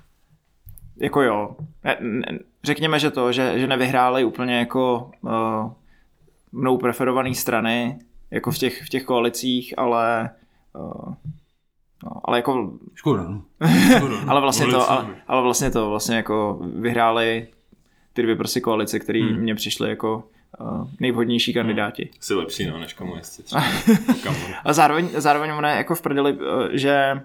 Jako jo. Řekněme, že to, že, že nevyhráli úplně jako uh, mnou preferovaný strany, jako v těch, v těch koalicích, ale uh, no, ale jako... Škoda, no. ale vlastně to, ale, ale vlastně to, vlastně jako vyhráli ty dvě prostě koalice, které hmm. mně přišly jako uh, nejvhodnější kandidáti. Jsi lepší, no, než komunisti. A zároveň, zároveň ono je jako v prdeli, uh, že,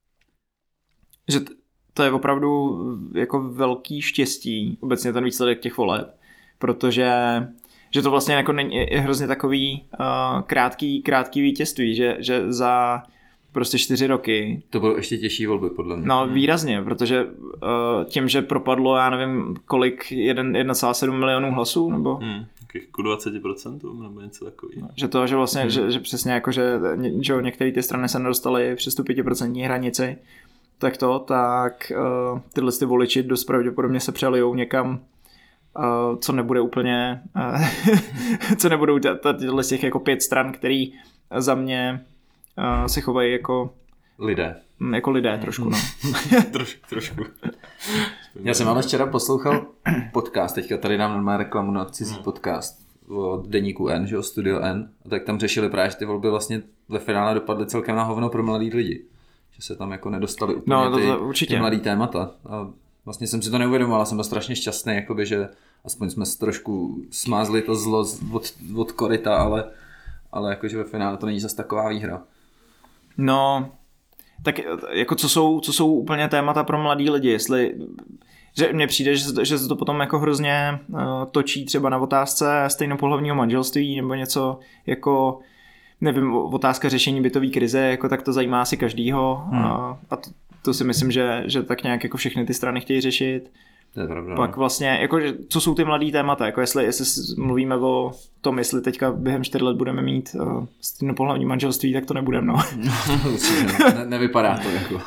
že to je opravdu jako velký štěstí, obecně ten výsledek těch voleb, protože že to vlastně jako není, je hrozně takový uh, krátký, krátký vítězství, že, že za prostě čtyři roky. To bylo ještě těžší volby, podle mě. No výrazně, protože uh, tím, že propadlo, já nevím, kolik, jedna celá sedm milionů hlasů, nebo? Hmm, ku dvacet procent nebo něco takový. No, že to, že vlastně, hmm. že, že přesně jako, že, že některé ty strany se nedostaly přes tu pět procent hranici, tak to, tak uh, tyhle ty voliči dost pravděpodobně se přelijou někam, uh, co nebude úplně, uh, co nebudou tyhle těch jako pět stran, který za mě Uh, se chovají jako lidé. Jako lidé trošku, no. Troš, trošku. Já jsem ale včera poslouchal podcast, teďka tady dám normální reklamu na cizí no. podcast od deníku N, že o Studio N, a tak tam řešili právě, že ty volby vlastně ve finále dopadly celkem na hovno pro mladý lidi. Že se tam jako nedostali úplně no, to, ty, to, určitě. ty mladý témata. A vlastně jsem si to neuvědomoval, jsem byl strašně šťastný, jakoby, že aspoň jsme trošku smázli to zlo od, od koryta, ale, ale jakože ve finále to není zase taková výhra. No, tak jako co jsou, co jsou úplně témata pro mladý lidi, jestli, že mně přijde, že, že se to potom jako hrozně uh, točí třeba na otázce stejnopohlavního manželství nebo něco jako, nevím, otázka řešení bytové krize, jako tak to zajímá asi každýho hmm. a, a to, to si myslím, že, že tak nějak jako všechny ty strany chtějí řešit. To je pravda. Pak vlastně, jako, co jsou ty mladý témata, jako jestli, jestli mluvíme o tom, jestli teďka během čtyř let budeme mít uh, stejnopohlavní manželství, tak to nebudeme, no. ne, nevypadá to jako.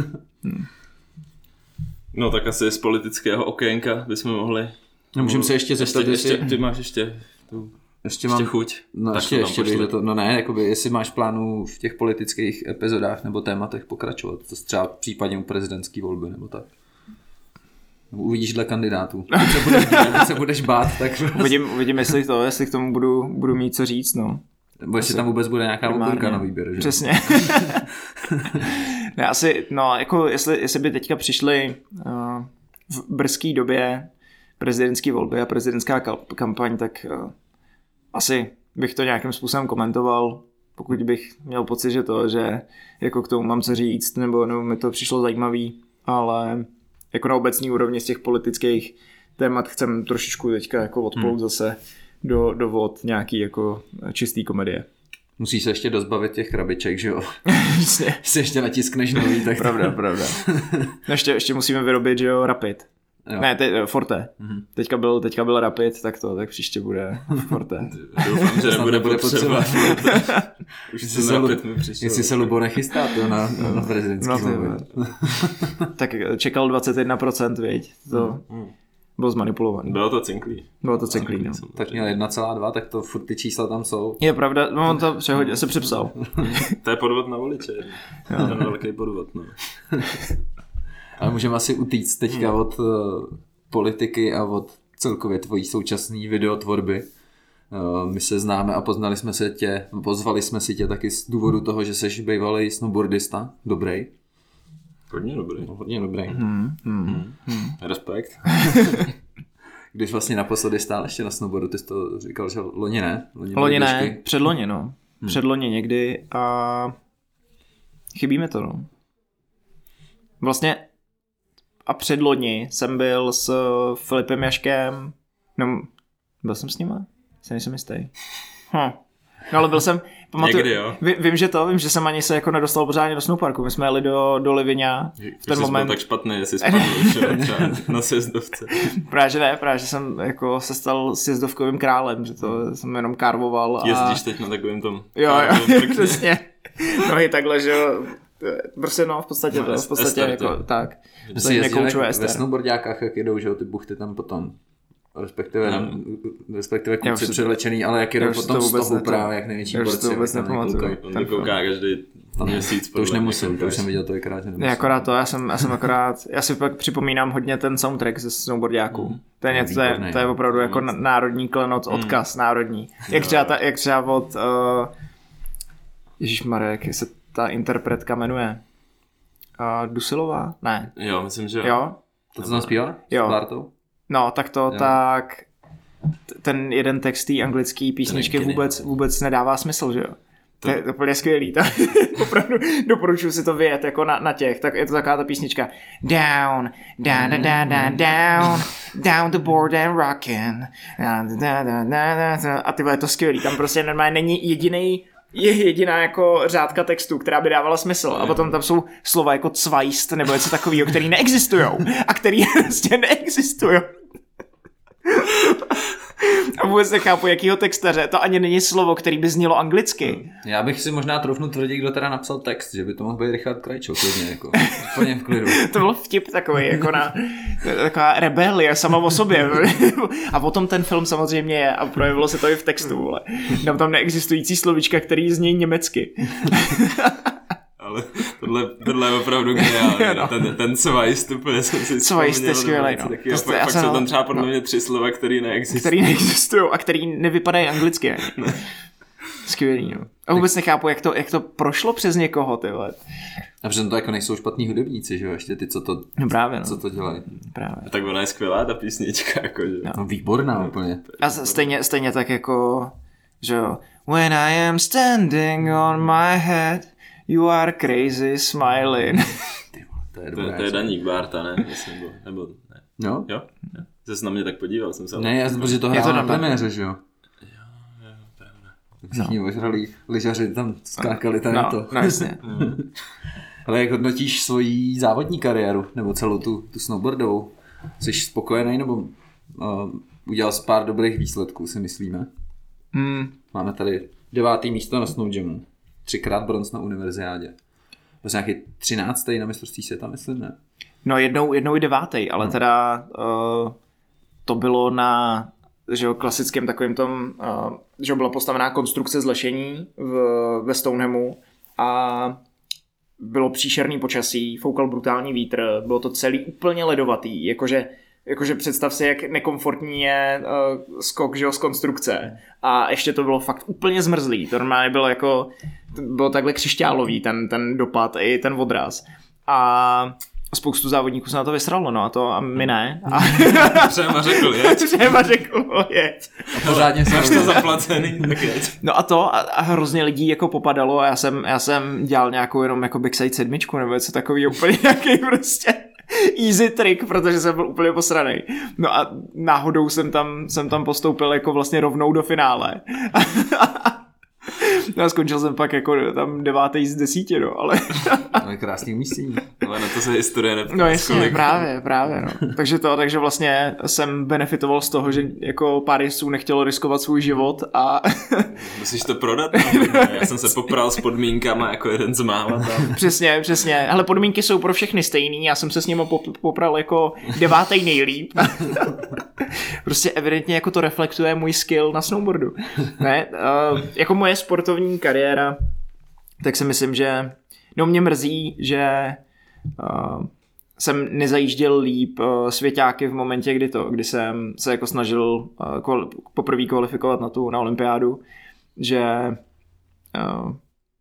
No tak asi z politického okénka bychom mohli... No, můžeme se ještě zeptat, ještě, jestli... ještě, ty máš ještě tu Ještě, ještě mám chuť. No tak ještě, to ještě bych do toho, no ne, jakoby, jestli máš plánu v těch politických epizodách nebo tématech pokračovat, to třeba případně u prezidentské volby nebo tak. Uvidíš dle kandidátů. Když se budeš, když se budeš bát, tak... Uvidím, uvidím, jestli to, jestli k tomu budu, budu mít co říct, no. Nebo jestli tam vůbec bude nějaká okurka na výběr, že? Přesně. Ne, asi, no, jako jestli, jestli by teďka přišli uh, v brzké době prezidentské volby a prezidentská kampaň, tak uh, asi bych to nějakým způsobem komentoval, pokud bych měl pocit, že to, že jako k tomu mám co říct, nebo, nebo mi to přišlo zajímavý, ale jako na obecní úrovni z těch politických témat chcem trošičku teďka jako odpout hmm. zase do, do vod nějaký jako čistý komedie. Musíš se ještě dozbavit těch krabiček, že jo? Si ještě natiskneš nový, tak... Pravda, pravda. ještě, ještě musíme vyrobit, že jo, Rapid. Jo. Ne, te, Forte. Mm-hmm. Teďka, byl, teďka byl Rapid, tak to, tak příště bude Forte. Doufám, že nebude potřeba. Už si se, Rapid mi přišel. Jestli se Lubo nechystá to na, na, na prezidentský volby. Tak čekal dvacet jedna procent, viď? To mm. bylo zmanipulovaný. Bylo to cinklý. Bylo to cinklý, no. Tak měl jedna celá dva, tak to furt ty čísla tam jsou. Je pravda, no on to přehodil, se přepsal. To je podvod na voliče. Ten velký podvod, no. Ale můžeme asi utíct teďka hmm. od uh, politiky a od celkově tvojí současné videotvorby. Uh, my se známe a poznali jsme se tě, pozvali jsme si tě taky z důvodu toho, že jsi bývalý snowboardista. Dobrý. Hodně dobrý. No, hodně dobrý. Hmm. Hmm. Hmm. Respekt. Když vlastně naposledy stál ještě na snowboardu, ty jsi to říkal, že loni ne? Loni, loni ne, předloni no. Hmm. Předloni někdy a chybí mi to, no. Vlastně a předloni jsem byl s Filipem Jaškem, no, byl jsem s nima? Jsem nejsem jistý. Hm. No ale byl jsem, pamatuju, někdy jo. Ví, vím, že to, vím, že jsem ani se jako nedostal pořádně do snowparku, my jsme jeli do, do Liviňa v ten jsi moment. Byl tak špatný, jestli spadl na sjezdovce. Právě že ne, právě že jsem jako se stal sjezdovkovým králem, že to jsem jenom karvoval. A... Jezdíš teď na takovém tom. Jo, jo, přesně. No i takhle, že jo. Prostě no, v podstatě no, to, v podstatě Ester, jako to. Tak. Jsi jezdil ve snowboardiákách, jak jedou, že jo, ty buchty tam potom, respektive, no. respektive kluci převlečený, ale jak jedou potom z toho právě, jak největší borci. Já to vůbec nepamatuju. On to kouká každý měsíc. To už nemusím, to už jsem viděl tolikrát, že nemusím. Akorát to, já jsem, já jsem akorát, já si pak připomínám hodně ten soundtrack ze snowboardiáků. Mm. To je něco, to je, to je opravdu jako národní klenot, odkaz mm. národní. Jak třeba, ta, jak třeba od, uh, ježišmarja, jak se ta interpretka jmenuje? Uh, Dusilová? Ne. Jo, myslím, že jo. Jo? To, co tam zpívá? Jo. S Bartou? No, tak to, jo. tak ten jeden text té anglické písničky vůbec, vůbec nedává smysl, že jo? To, to je úplně skvělý. To, opravdu doporučuji si to vyjet jako na, na těch. Tak je to taková ta písnička. Down, down, down, down, down, down, down the board and rockin'. A tyhle je to skvělý. Tam prostě normálně není jedinej je jediná jako řádka textu, která by dávala smysl. A potom tam jsou slova jako cvajst nebo něco takového, který neexistujou. A který prostě neexistují. A vůbec nechápu, jakýho textaře. To ani není slovo, který by znělo anglicky. Já bych si možná troufnu tvrdit, kdo teda napsal text, že by to mohl být Richard Krajčo, klidně, jako, úplně v klidu. To byl vtip takový, jako na taková rebelie sama o sobě. A potom ten film samozřejmě je a projevilo se to i v textu, vole. Tam tam neexistující slovíčka, který znějí německy. Ale tohle, tohle je opravdu geniální. No. Ten, ten Cvajst úplně jsem si Cvajst je skvělej, no. Taky, prostě pak, pak jsou tam třeba podle no. mě tři slova, které neexistují. Který neexistují a který nevypadají anglicky. Ne. Skvělý, no. A vůbec nechápu, jak to, jak to prošlo přes někoho, tyhle. A přitom to jako nejsou špatní hudebníci, že jo, ještě ty, co to, no právě, no. co to dělají. Právě. A tak ona je skvělá, ta písnička, jako, že? No. No, výborná úplně. A stejně, stejně tak jako, že jo. When I am standing on my head, you are crazy smiling. To je, to, to je Daník Bárta, ne? Myslím, nebo ne. No? Jo? Jo? Jsi se na mě tak podíval, jsem se... Ne, já jsem, protože to hrál na premiéře, že jo? Jo, jo, pravda. Všichni ožralí lyžaři tam skákali tady no, to. No, jasně. Ale jak hodnotíš svoji závodní kariéru, nebo celou tu, tu snowboardovou? Jsi spokojený, nebo uh, udělal jsi pár dobrých výsledků, si myslíme? Hmm. Máme tady devátý místo na Snowjamu. Třikrát bronz na univerziádě. Byl nějaký třináctý na mistrovství světa, myslím, ne? No jednou, jednou i devátý, ale no. teda uh, to bylo na že jo, klasickým takovým tom, uh, že byla postavená konstrukce z lešení v, ve Stonehamu a bylo příšerný počasí, foukal brutální vítr, bylo to celý úplně ledovatý, jakože Jakože představ si, jak nekomfortní je uh, skok, že jo, z konstrukce. A ještě to bylo fakt úplně zmrzlý. To normálně bylo jako, bylo takhle křišťálový ten, ten dopad i ten odraz. A spoustu závodníků se na to vysralo, no a to a my ne. A... Třeba řekl, jeď. Třeba řekl, jeď. Pořádně máš to zaplacený, tak jeď. No a to a, a hrozně lidí jako popadalo a já jsem, já jsem dělal nějakou jenom jako backside sedmičku nebo něco takový úplně nějaký prostě easy trick, protože jsem byl úplně posranej. No a náhodou jsem tam, jsem tam postoupil jako vlastně rovnou do finále. No a skončil jsem pak jako tam devátý z desíti, no, ale... No je krásný umístění. Ale na to se historie neptá. No jasně, právě, právě, no. Takže to, takže vlastně jsem benefitoval z toho, že jako pár jezdců nechtělo riskovat svůj život a... Musíš to prodat? No? Já jsem se popral s podmínkama jako jeden z mála tam. Přesně, přesně. Hele, podmínky jsou pro všechny stejný, já jsem se s nimi popral jako devátý nejlíp. Prostě evidentně jako to reflektuje můj skill na snowboardu. Ne, uh, jako moje sportovní kariéra, tak si myslím, že no mě mrzí, že uh, jsem nezajížděl líp uh, svěťáky v momentě, kdy to, kdy jsem se jako snažil uh, kvali- poprvé kvalifikovat na tu, na olympiádu, že uh,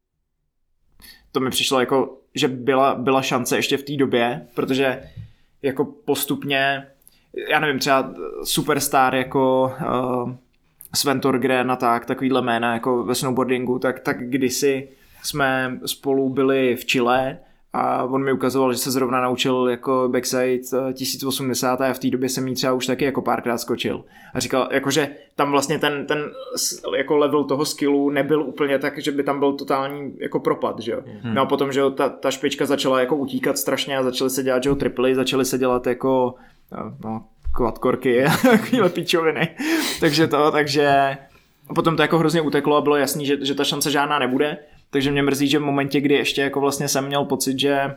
to mi přišlo jako, že byla, byla šance ještě v té době, protože jako postupně já nevím, třeba superstar jako uh, Sven Torgren a tak, takovýhle jména jako ve snowboardingu, tak, tak kdysi jsme spolu byli v Chile a on mi ukazoval, že se zrovna naučil jako backside tisíc osmdesát a já v té době jsem jí třeba už taky jako párkrát skočil. A říkal, jakože tam vlastně ten, ten jako level toho skillu nebyl úplně tak, že by tam byl totální jako propad, že jo. Hmm. No a potom, že jo, ta, ta špička začala jako utíkat strašně a začaly se dělat, že jo, triply, začaly se dělat jako no, quadkorky a takovýhle píčoviny. takže to, takže a potom to jako hrozně uteklo a bylo jasný, že, že ta šance žádná nebude. Takže mě mrzí, že v momentě, kdy ještě jako vlastně jsem měl pocit, že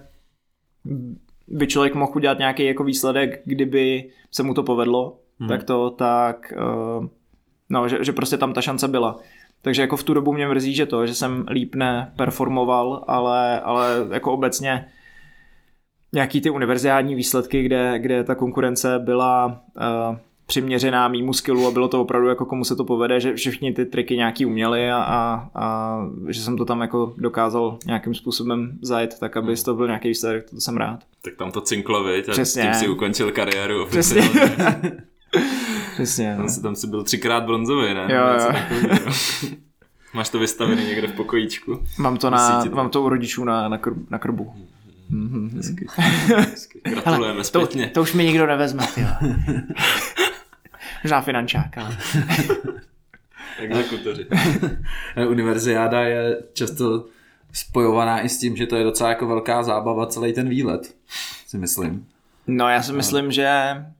by člověk mohl udělat nějaký jako výsledek, kdyby se mu to povedlo, hmm. tak to tak, uh, no, že, že prostě tam ta šance byla. Takže jako v tu dobu mě mrzí, že to, že jsem líp neperformoval, ale, ale jako obecně nějaký ty univerziální výsledky, kde, kde ta konkurence byla uh, přiměřená mýmu skillu a bylo to opravdu jako komu se to povede, že všichni ty triky nějaký uměli a, a, a že jsem to tam jako dokázal nějakým způsobem zajet, tak aby to byl nějaký výsledek, to jsem rád. Tak tam to cinklo, viď? A Přesně. Tím si ukončil kariéru. Přesně. Přesně. Tam si, tam si byl třikrát bronzový, ne? Jo, jo. Takový, máš to vystavené někde v pokojíčku? Mám to, na, mám to u rodičů na, na, krb, na krbu. Mm-hmm. Hezky. Hezky. Gratulujeme hele, zpětně. To, to už mi nikdo nevezme, jo. Možná finančák, ale... Exekutoři. Univerziáda je často spojovaná i s tím, že to je docela jako velká zábava celý ten výlet, si myslím. No já si myslím, že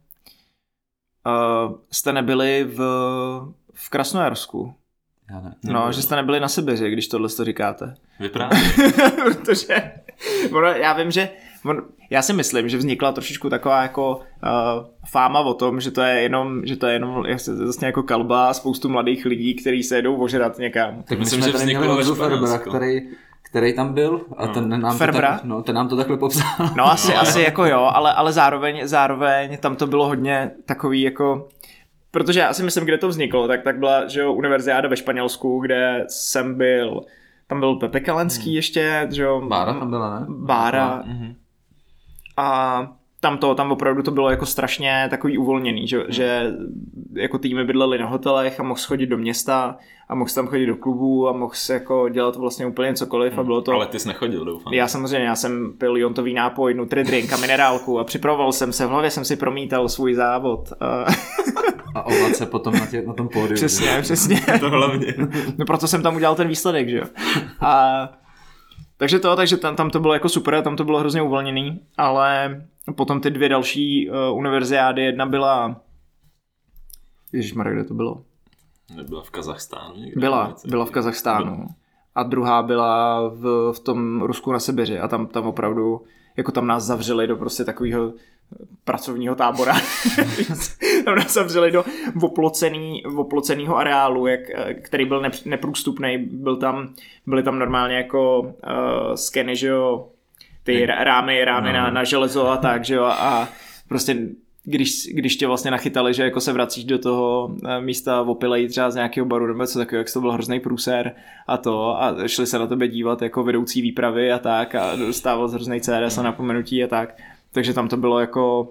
uh, jste nebyli v, v Krasnojarsku. Já ne. No, no, že jste nebyli na Sibiři, když tohle to říkáte. Vyprávěj. Protože ono, já vím, že on, já si myslím, že vznikla trošičku taková jako uh, fáma o tom, že to je jenom, že to je jenom vlastně jako kalba a spoustu mladých lidí, kteří se jedou ožrat někam. Tak myslím, že vzniklo ve Španělsku, který který tam byl a ten no. nám, to tak, no, ten nám to takhle popsal. No asi, no, asi jako jo, ale, ale zároveň, zároveň tam to bylo hodně takový jako, protože já si myslím, kde to vzniklo, tak, tak byla, že jo, univerziáda ve Španělsku, kde jsem byl, tam byl Pepe Kalenský hmm. ještě, že jo. Bára tam byla, ne? Bára. Hmm. A tam to, tam opravdu to bylo jako strašně takový uvolněný, že, hmm. že jako týmy bydleli na hotelech a mohl chodit do města a mohl tam chodit do klubů a mohl se jako dělat vlastně úplně cokoliv hmm. a bylo to... Ale ty jsi nechodil, doufám. Já samozřejmě, já jsem pil jontový nápoj, Nutri-drink a minerálku a připravoval jsem se, v hlavě jsem si promítal svůj závod. A ovat se potom na, tě, na tom pódiu. Přesně, že? přesně. To hlavně. No proto jsem tam udělal ten výsledek, že jo. A... Takže to, takže tam, tam to bylo jako super, tam to bylo hrozně uvolněný, ale potom ty dvě další uh, univerziády, jedna byla... Ježišmarja, kde to bylo? Nebyla v Kazachstánu někde? Byla, byla v Kazachstánu. Byla. A druhá byla v, v tom Rusku na Sibiři a tam, tam opravdu, jako tam nás zavřeli do prostě takového pracovního tábora. tam nás zavřeli do oplocený, oplocenýho areálu, jak, který byl neprůstupný, byl tam, byly tam normálně jako uh, skeny, že jo, ty rámy, rámy no. na, na železo a tak, že jo, a prostě když, když tě vlastně nachytali, že jako se vracíš do toho místa opilej třeba z nějakého baru nebo co takového, jak to byl hrozný průser a to a šli se na tebe dívat jako vedoucí výpravy a tak a dostával z hrozný C D S a napomenutí a tak, takže tam to bylo jako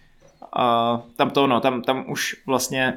a tam to no, tam, tam už vlastně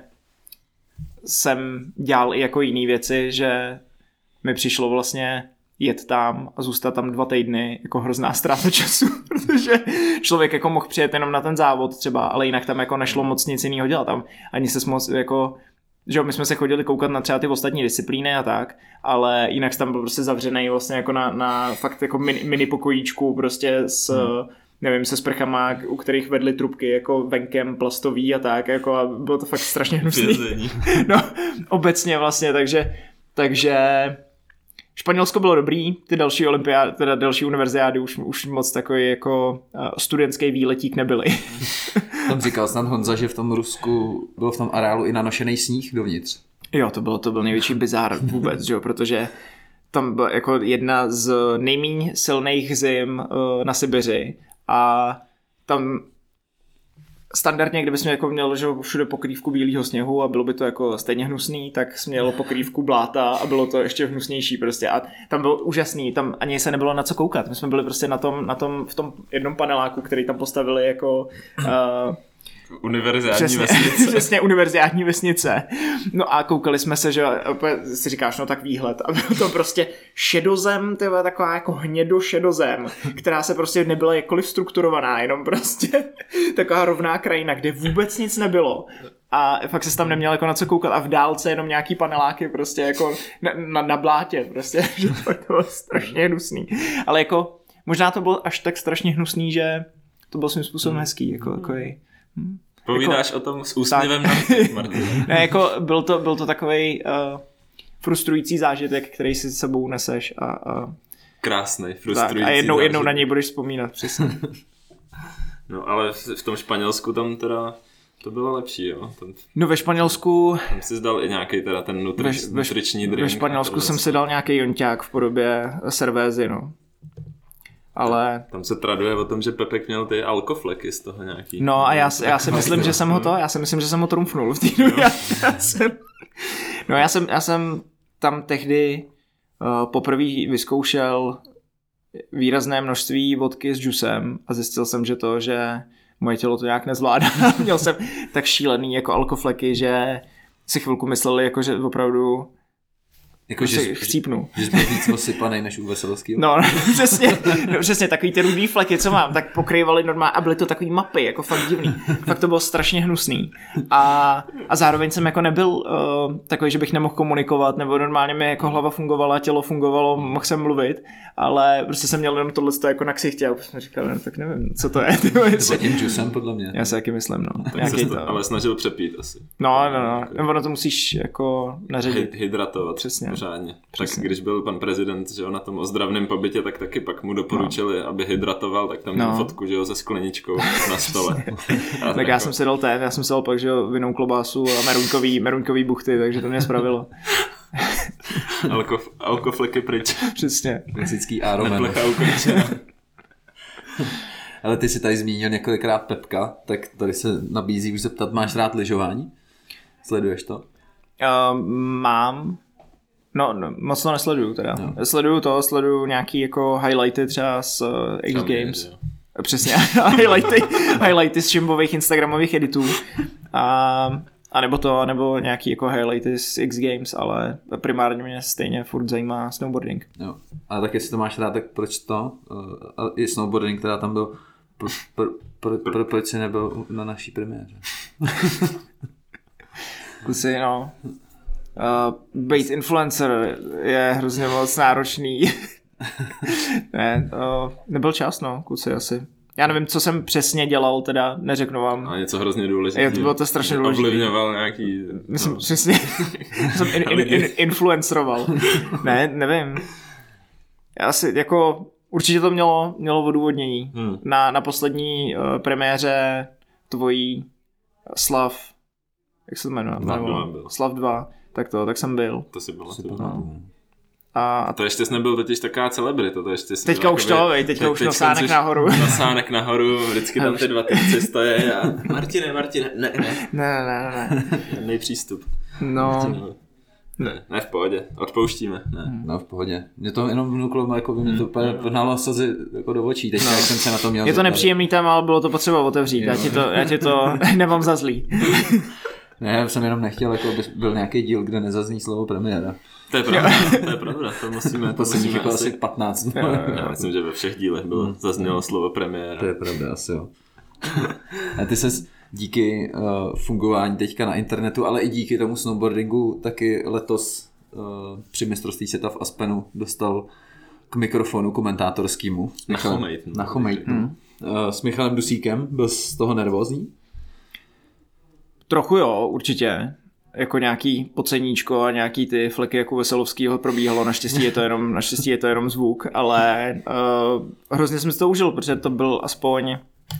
jsem dělal i jako jiný věci, že mi přišlo vlastně jet tam a zůstat tam dva týdny jako hrozná ztráta času, protože člověk jako mohl přijet jenom na ten závod třeba, ale jinak tam jako nešlo moc nic jiného dělat tam. Ani se moc jako, že jo, my jsme se chodili koukat na třeba ty ostatní disciplíny a tak, ale jinak tam byl prostě zavřený vlastně jako na, na fakt jako mini, mini pokojíčku prostě s, hmm. nevím, se sprchama, u kterých vedly trubky jako venkem plastový a tak, jako a bylo to fakt strašně hnusný. No, obecně vlastně, takže, takže Španělsko bylo dobrý, ty další olympiády, teda další univerziády už, už moc takový jako studentský výletík nebyly. Tam říkal snad Honza, že v tom Rusku byl v tom areálu i nanošený sníh dovnitř. Jo, to bylo, to byl největší bizár vůbec, že jo, protože tam byla jako jedna z nejméně silných zim uh, na Sibiři a tam standardně, kdybys měl jako měl, že všude pokrývku bílého sněhu a bylo by to jako stejně hnusný, tak jsi měl pokrývku bláta a bylo to ještě hnusnější prostě a tam bylo úžasný, tam ani se nebylo na co koukat, my jsme byli prostě na tom, na tom v tom jednom paneláku, který tam postavili jako uh, univerziální přesně, vesnice. Přesně, univerziální vesnice. No a koukali jsme se, že si říkáš, no tak výhled. A bylo to prostě šedozem, to je taková jako hnědo šedozem, která se prostě nebyla jakkoliv strukturovaná, jenom prostě taková rovná krajina, kde vůbec nic nebylo. A fakt se tam neměl jako na co koukat a v dálce jenom nějaký paneláky prostě jako na, na, na blátě prostě, že to bylo strašně hnusný. Ale jako možná to bylo až tak strašně hnusný, že to bylo svým způsobem hezký, jako takový. Hmm. Povídáš jako, o tom s úsměvem na Martin. Ne, jako byl to, byl to takovej uh, frustrující zážitek, který si s sebou neseš a, a krásný, frustrující tak, a jednou, zážitek. jednou na něj budeš vzpomínat, přesně. No ale v, v tom Španělsku tam teda to bylo lepší, jo. Tam, no ve Španělsku tam jsi dal i nějaký teda ten nutrič, ve, nutriční drink. Ve Španělsku jsem si dal nějaký jonťák v podobě servézy, no. Ale... Tam se traduje o tom, že Pepek měl ty alkofleky z toho nějaký. No a já, já si myslím, že jsem ho to, já si myslím, že jsem ho trumfnul v té době. Já, já jsem, no já jsem, já jsem tam tehdy uh, poprvé vyzkoušel výrazné množství vodky s džusem a zjistil jsem, že to, že moje tělo to nějak nezvládá. Měl jsem tak šílený jako alkofleky, že si chvilku mysleli, jako, že opravdu jako, že chcípnu. Že jsi byl víc osypanej než u Veselovského. No, no, přesně, no, přesně, takový ty rudý fleky, co mám, tak pokrývaly normálně a byly to takový mapy, jako fakt divný. Fakt to bylo strašně hnusný. A, a zároveň jsem jako nebyl uh, takový, že bych nemohl komunikovat, nebo normálně mi jako hlava fungovala, tělo fungovalo, mohl jsem mluvit, ale prostě jsem měl jenom tohleto jako na ksichtě a jsem říkal, no, tak nevím, co to je. Za tím džusem, podle mě. Já si taky myslím, no. Tak to, ale snažil přepít asi. No, no, no, no. Ono to musíš jako naředit. Hydratovat. Přesně. Pořádně. Tak když byl pan prezident, že jo, na tom ozdravném pobytě, tak taky pak mu doporučili, no. aby hydratoval, tak tam měl no. fotku, že jo, se skleničkou na stole. Tak jako... já jsem si dal ten, já jsem si dal pak, že jo, vinnou klobásu a meruňkový, meruňkový buchty, takže to mě spravilo. Alko, alkofleky pryč. Přesně. Klasický Ironman. Neplecha ukončena. Ale ty jsi tady zmínil několikrát Pepka, tak tady se nabízí už zeptat, máš rád lyžování? Sleduješ to? Uh, mám. No, no, moc to nesleduju teda. No. Sleduju to, sleduju nějaký jako highlighty třeba z uh, X Tam Games. Je, přesně, highlighty, highlighty z šimbových instagramových editů. A, a nebo to, nebo nějaký jako highlighty z X Games, ale primárně mě stejně furt zajímá snowboarding. Jo. A tak jestli to máš rád, tak proč to? Uh, i snowboarding, která tam byl, pro, pro, pro, pro, proč jsi nebyl na naší premiéře? Kusy, no. Uh, být influencer je hrozně moc náročný. ne, uh, nebyl čas, no, kluci asi. Já nevím, co jsem přesně dělal, teda neřeknu vám. A něco hrozně důležitého. Je, to bylo to strašně důležité. Ovlivňoval nějaký... Myslím, no. Přesně. jsem in, in, in, influenceroval. ne, nevím. Já asi jako... Určitě to mělo, mělo odůvodnění. Hmm. Na, na poslední uh, premiéře tvojí Slav jak se to jmenuje? Slav Slav dva, tak to, tak jsem byl. To si bylo. No. A, a to ještě jsi nebyl totiž taková celebrita, to ještě jsi teďka už to, vej, teďka teď, už nosánek nahoru. Nosánek nahoru, vždycky tam ty dva typci stojí a Martine, Martine, ne, ne. Ne, ne, ne. Nej přístup. No. Martine, ne, ne v pohodě, odpouštíme, ne. No v pohodě. Mě to jenom vnuklo, jako by mě to vhnalo slzy jako do očí, teď no. Jak jsem se na to měl. Je to nepříjemný tam, ale bylo to potřeba otevřít, já ti to, já ti to nemám za zlý. Ne, já jsem jenom nechtěl, jako by byl nějaký díl, kde nezazní slovo premiéra. To je pravda, to je pravda, to musíme, to musíme jako asi patnáct. Já myslím, že ve všech dílech bylo hmm. zaznělo slovo premiéra. To je pravda, asi jo. A ty ses díky uh, fungování teďka na internetu, ale i díky tomu snowboardingu taky letos uh, při mistrovství světa v Aspenu dostal k mikrofonu komentátorskému. Na Chomejt. Na Chomejt. Hmm. Uh, s Michalem Dusíkem, byl z toho nervózní? Trochu jo, určitě. Jako nějaký poceníčko a nějaký ty fleky jako Veselovskýho probíhalo, naštěstí je to jenom, naštěstí je to jenom zvuk, ale uh, hrozně jsem si to užil, protože to byl aspoň,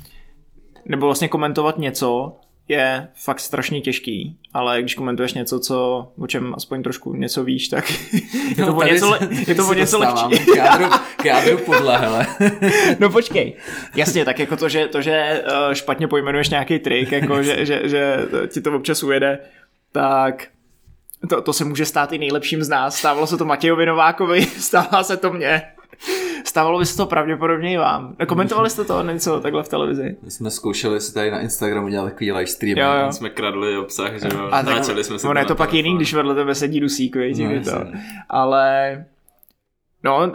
nebo vlastně komentovat něco je fakt strašně těžký, ale když komentuješ něco, co, o čem aspoň trošku něco víš, tak je to no, o něco, le, je to o něco lehčí. K jádru, k jádru podle, hele. No počkej, jasně, tak jako to, že, to, že špatně pojmenuješ nějaký trik, jako že, že, že ti to občas ujede, tak to, to se může stát i nejlepším z nás. Stávalo se to Matějovi Novákovi, stává se to mně. Stávalo by se to pravděpodobně i vám. Komentovali jste to něco takhle v televizi? My jsme zkoušeli si tady na Instagramu dělat takový live stream. Jo, jo. Jsme kradli obsah, že jo. Natáčeli jsme se. Ono je to pak jiný, když vedle tebe sedí Dusík, no, to. Ale no,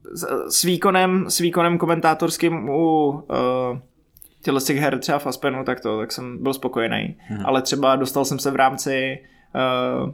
s výkonem, s výkonem komentátorským u uh, těchto těch her třeba v Aspenu, tak to, tak jsem byl spokojený. Hmm. Ale třeba dostal jsem se v rámci uh,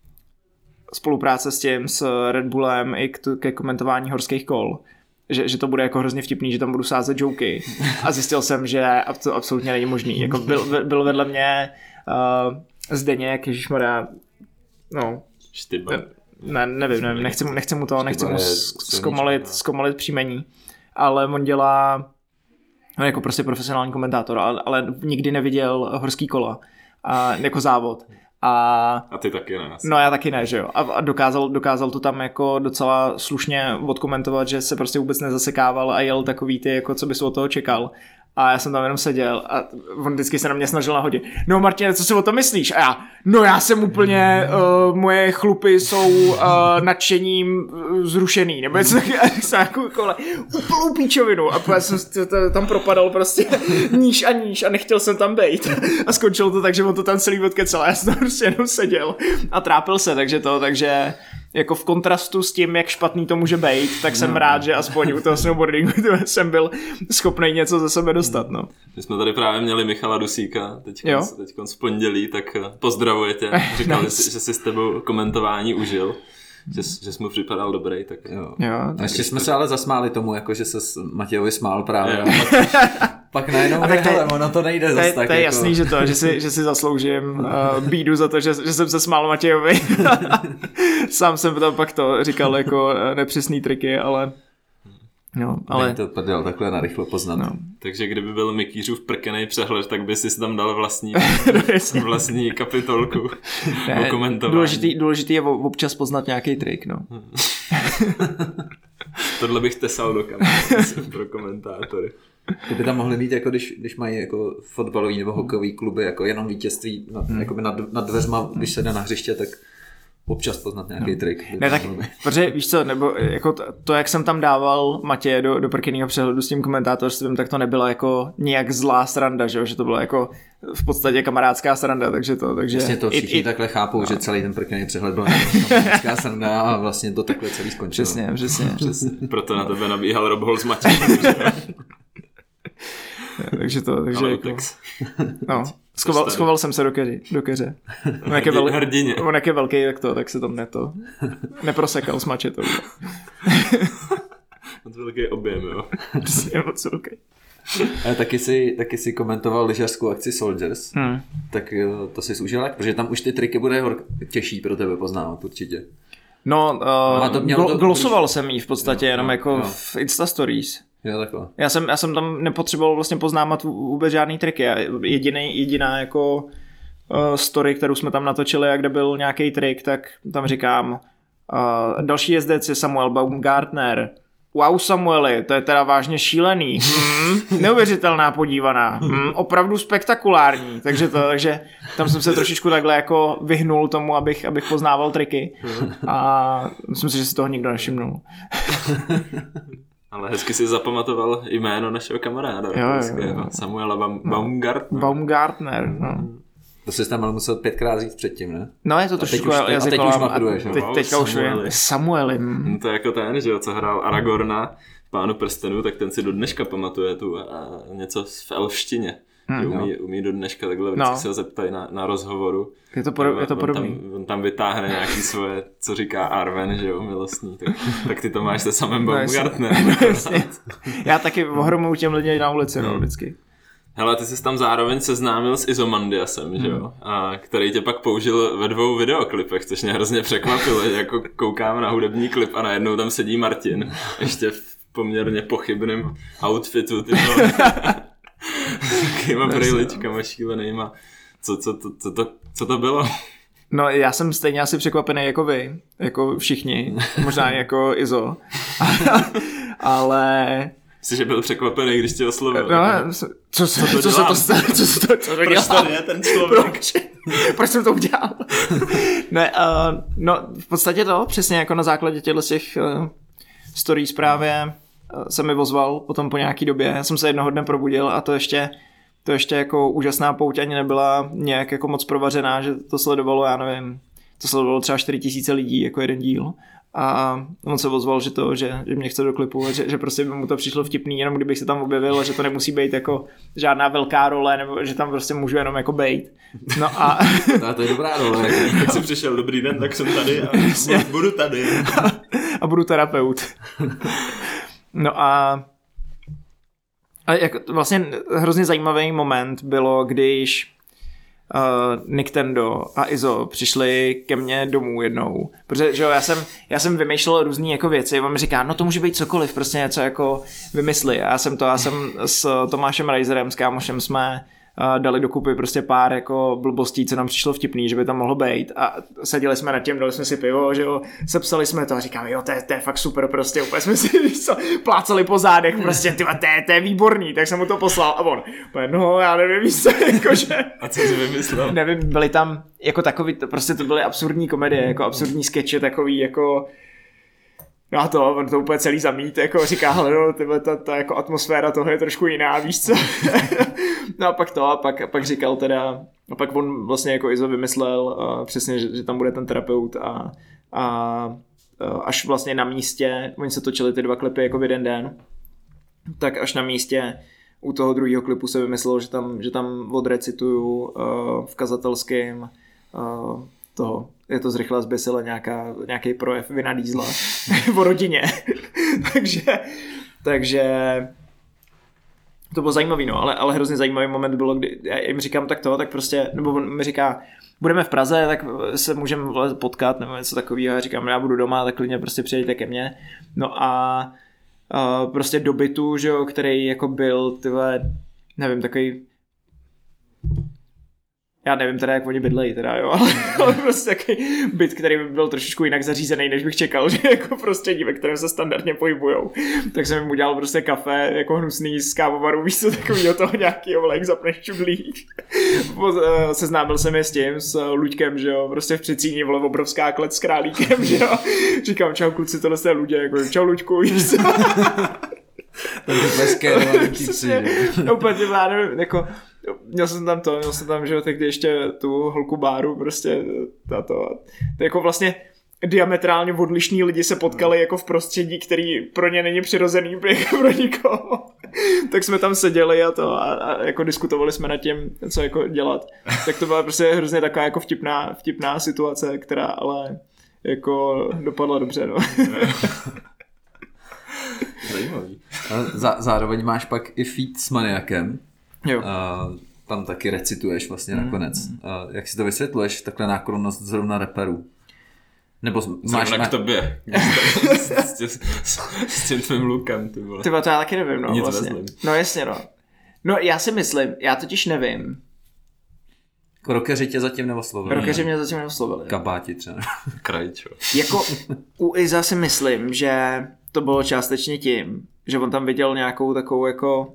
spolupráce s tím, s Red Bullem i k, ke komentování horských kol. Že, že to bude jako hrozně vtipný, že tam budu sázet joky. A zjistil jsem, že to absolutně není možný. Jako byl, byl vedle mě uh, Zdeněk, ježišmarja, no. Štyba. Ne, nevím, nevím, nechci, nechci mu to, nechci mu zkomolit, zkomolit příjmení. Ale on dělá on jako prostě profesionální komentátor, ale, ale nikdy neviděl horský kola. A, jako závod. A, a ty taky ne. No já taky ne, že jo. A, a dokázal, dokázal to tam jako docela slušně odkomentovat, že se prostě vůbec nezasekával a jel takový ty, jako co bys od toho čekal. A já jsem tam jenom seděl a on vždycky se na mě snažil nahodit. No Martine, co si o to myslíš? A já, no já jsem úplně, uh, moje chlupy jsou uh, nadšením uh, zrušený, nebo něco takového, kole, úplnou píčovinu. A já jsem tam propadal prostě níž a níž a nechtěl jsem tam bejt. A skončilo to tak, že on to tam celý odkecal a já jsem tam prostě jenom seděl a trápil se, takže to, takže jako v kontrastu s tím, jak špatný to může být, tak jsem no. rád, že aspoň u toho snowboardingu jsem byl schopný něco ze sebe dostat, no. My jsme tady právě měli Michala Dusíka, teďkonc, teďkonc v pondělí, tak pozdravuje tě. Říkali, nice. Že si s tebou komentování užil. Že, že jsi mu připadal dobrý, tak jo. jo tak ještě jsme to... se ale zasmáli tomu, jako že se Matějovi smál právě. Pak, pak najednou, tak hele, ono to nejde zase tak. To je jako... jasný, že to, že si, že si zasloužím uh, bídu za to, že, že jsem se smál Matějovi. Sám jsem tam pak to říkal jako nepřesný triky, ale... No, ale... to prdel takhle narychlo poznat. No. Takže kdyby byl Mikýřův prkenej přehled, tak by si tam dal vlastní, vlastní kapitolku ne, o komentování. Důležitý, důležitý je občas poznat nějaký trik, no. Tohle bych tesal do kamery pro komentátory. To by tam mohli mít, jako když, když mají jako fotbalový nebo hokejový kluby, jako jenom vítězství nad, hmm. jako nad, nad dveřma, když se jde na hřiště, tak občas poznat nějaký no. trik. Ne, tak, protože víš co, nebo jako to, to, jak jsem tam dával Matěje do, do prkynýho přehledu s tím komentátorstvím, tak to nebyla jako nějak zlá sranda, že, že to bylo jako v podstatě kamarádská sranda, takže to, takže... Vlastně to všichni i, takhle chápou, no. že celý ten prkynný přehled byl kamarádská sranda a vlastně to takhle celý skončilo. Přesně, přesně. přesně. Proto na tebe nabíhal Rob Hall s Matějem. takže to, takže jako... No. Schoval, schoval jsem se do, keři, do keře. On jak je, vel, on jak je velký, tak to, tak se tam ne to neprosekal s mačetou. Moc velký objem, jo. Přesně, moc velký. A taky si, taky si komentoval lyžařskou akci Soldiers. Hmm. Tak to jsi užil jak? Protože tam už ty triky bude těžší pro tebe poznávat určitě. No, uh, to gl- glosoval když... jsem jí v podstatě no, jenom no, jako no. v Insta Stories. Jo, takhle. Já jsem, já jsem tam nepotřeboval vlastně poznávat vůbec žádný triky. Jediný, jediná jako uh, story, kterou jsme tam natočili a kde byl nějaký trik, tak tam říkám uh, další jezdec je Samuel Baumgartner. Wow, Samueli, to je teda vážně šílený. Hmm, neuvěřitelná podívaná. Hmm, opravdu spektakulární. Takže, to, takže tam jsem se trošičku takhle jako vyhnul tomu, abych, abych poznával triky. A myslím si, že si toho nikdo nevšimnul. Ale hezky si zapamatoval jméno našeho kamaráda. Jo, jo, jo. Samuela Baum, Baumgartner. Baumgartner, no. To jsi tam ale musel pětkrát říct předtím, ne? No je to trošičku jazyková. A teď už maturuješ, teď, teďka už je Samueli. No to je jako ten, že jo, co hrál Aragorna v Pánu prstenů, tak ten si do dneška pamatuje tu a něco v elfštině. Hmm, umí, umí do dneška takhle, vždycky no. se ho zeptají na, na rozhovoru. Je to, podob, je to on podobný. Tam, on tam vytáhne nějaký svoje, co říká Arwen, že jo, milostný. Tak, tak ty to máš se samým Baumgartnerem. No, já taky ohromuju těm lidem na ulici, no, vždycky. Hele, ty jsi tam zároveň seznámil s Izomandiasem, hmm. že jo? A který tě pak použil ve dvou videoklipech, což mě hrozně překvapilo, že jako koukám na hudební klip a najednou tam sedí Martin, ještě v poměrně pochybném outfitu, ty takýma brýličkama šílenýma. Co, co, co, co, to, co to bylo? No já jsem stejně asi překvapený jako vy, jako všichni, možná jako Izo, ale... Jsi, že byl překvapený, když tě oslovil. No, co, co, co, co, co se to stalo? Co se to, co to Proč tady je ten člověk? Proč? Proč jsem to udělal? Ne, uh, no v podstatě to, přesně jako na základě těchto těch uh, stories právě uh, se mi ozval potom po nějaký době. Já jsem se jednoho dne probudil a to ještě to ještě jako úžasná pouť ani nebyla nějak jako moc provařená, že to sledovalo, já nevím, to sledovalo třeba čtyři tisíce lidí jako jeden díl. A on se ozval, že to, že, že mě chce do klipu, že, že prostě by mu to přišlo vtipný, jenom kdybych se tam objevil, že to nemusí být jako žádná velká role, nebo že tam prostě můžu jenom jako bejt. No a... no, to je dobrá role. Tak jsem přišel, dobrý den, tak jsem tady a budu tady. A budu terapeut. No a... a jako vlastně hrozně zajímavý moment bylo, když Uh, Nintendo a Izo přišli ke mně domů jednou, protože že jo, já jsem, já jsem vymýšlel různý jako věci, on mi říká, no to může být cokoliv, prostě něco jako vymysli. A já jsem to, já jsem s Tomášem Reiserem, s kámošem jsme uh, dali dokupy prostě pár jako blbostí, co nám přišlo vtipný, že by tam mohlo být a seděli jsme nad tím, dali jsme si pivo, že jo, sepsali jsme to a říkáme, jo, to je, to je fakt super, prostě úplně jsme si co, plácali po zádech, prostě tyva, to je, to je výborný, tak jsem mu to poslal a on, no já nevím, víš co, jakože... A co jsi vymyslel? Nevím, byly tam jako takový, prostě to byly absurdní komedie, jako absurdní skeče, takový jako... No a to, on to úplně celý zamít, jako říká, hele no, tyhle, ta, ta jako atmosféra toho je trošku jiná, víš co? No a pak to, a pak, a pak říkal teda, a pak on vlastně jako Izo vymyslel uh, přesně, že, že tam bude ten terapeut a, a uh, až vlastně na místě, oni se točili ty dva klipy jako v jeden den, tak až na místě u toho druhého klipu se vymyslelo, že tam, že tam odrecituju uh, v kazatelském uh, toho, je to zrychle zběsile nějaká, nějaký projev Vina Diesla o rodině. takže, takže to bylo zajímavý, no, ale, ale hrozně zajímavý moment bylo, kdy já jim říkám tak to, tak prostě, nebo on mi říká, budeme v Praze, tak se můžeme potkat, nebo něco takového, já říkám, já budu doma, tak klidně prostě přijďte ke mně. No a uh, prostě do bytu, že jo, který jako byl, tyhle, nevím, takový, já nevím teda, jak oni bydlejí teda, jo, ale, ale prostě takový byt, který by byl trošičku jinak zařízený, než bych čekal, že jako prostředí, ve kterém se standardně pohybujou. Tak jsem jim udělal prostě kafe, jako hnusný z kávovaru, víš co, takovýho toho nějakýho vlek, zapneš čudlík. Seznámil jsem je s tím, s Luďkem, že jo, prostě v Přicíni vle obrovská klec s králíkem, že jo. Říkám, čau kluci, tohle je Luďě, jako čau Luďku, víš co. Takže pleskérovaný tipsy. No úplně, já nevím, jako měl jsem tam to, měl jsem tam, že jo, tehdy ještě tu holku Báru, prostě tato, to jako vlastně diametrálně odlišní lidi se potkali jako v prostředí, který pro ně není přirozený pro nikoho. Tak jsme tam seděli a to a, a jako diskutovali jsme nad tím, co jako dělat. Tak to byla prostě hrozně taková jako vtipná, vtipná situace, která ale jako dopadla dobře, no. Zajímavý. Zá, zároveň máš pak i feat s Maniakem. Jo. Uh, tam taky recituješ vlastně mm. nakonec. Uh, jak si to vysvětluješ, takhle náklonnost zrovna reperů? Nebo máš... Zrovna k tobě. s, s, s, s tím tvým lukem, ty vole. Tyba, to já taky nevím, no. Nic vlastně. vezlim. No jasně, no. No já si myslím, já totiž nevím. Rockeři tě zatím neoslovili. Rockeři mě zatím neoslovili. Kabáti třeba. Krajčo. Jako u Iza si myslím, že to bylo částečně tím, že on tam viděl nějakou takovou jako...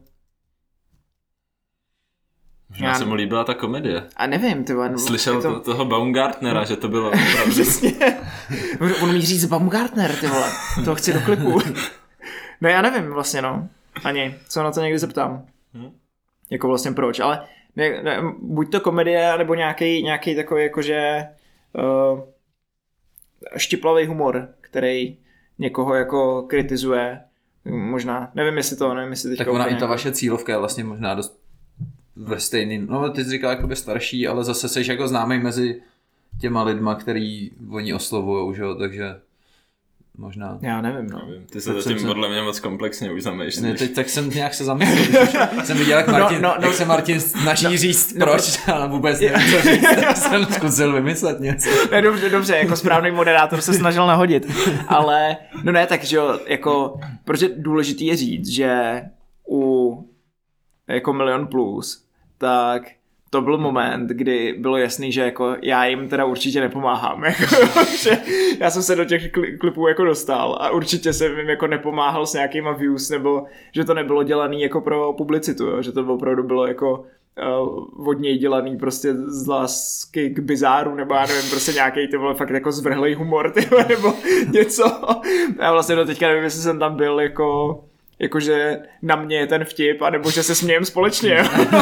Možná já... se mu líbila ta komedie. A nevím, ty on... Slyšel to... toho Baumgartnera, no. Že to bylo opravdu. Přesně. On umí říct Baumgartner, ty vole. To chci do klipu. No já nevím vlastně, no. Ani. Co na to někdy zeptám. Hmm? Jako vlastně proč, ale ne, ne, buď to komedie, nebo nějaký, nějaký takový jakože uh, štiplavý humor, který někoho jako kritizuje. Možná, nevím jestli to, nevím jestli teďka... Tak ona i ta vaše cílovka je vlastně možná dost ve stejným, no ty jsi říkal jakoby starší, ale zase jsi jako známý mezi těma lidma, který oni oslovujou, že jo, takže možná. Já nevím, no. Nevím. Ty se zatím podle mě moc komplexně už zamýšlíš. Ne, teď, tak jsem nějak se zamyslel. Jsem viděl, jak Martin, no, no, no, jak se Martin snaží no, říct no, proč, no, ale vůbec nevím, co říct. Tak jsem zkusil vymyslet něco. Ne, dobře, dobře, jako správný moderátor se snažil nahodit. Ale, no ne, tak že jo, jako, protože důležitý je říct, že u jako Milion Plus, tak to byl moment, kdy bylo jasný, že jako já jim teda určitě nepomáhám. Jako, že já jsem se do těch klipů jako dostal a určitě jsem jim jako nepomáhal s nějakýma views, nebo že to nebylo dělaný jako pro publicitu, jo? Že to opravdu bylo jako uh, od něj dělaný prostě z lásky k bizáru, nebo já nevím, prostě nějaký ty vole fakt jako zvrhlej humor, ty vole, nebo něco. Já vlastně do teďka nevím, jestli jsem tam byl jako jakože na mě je ten vtip, anebo že se smějem společně.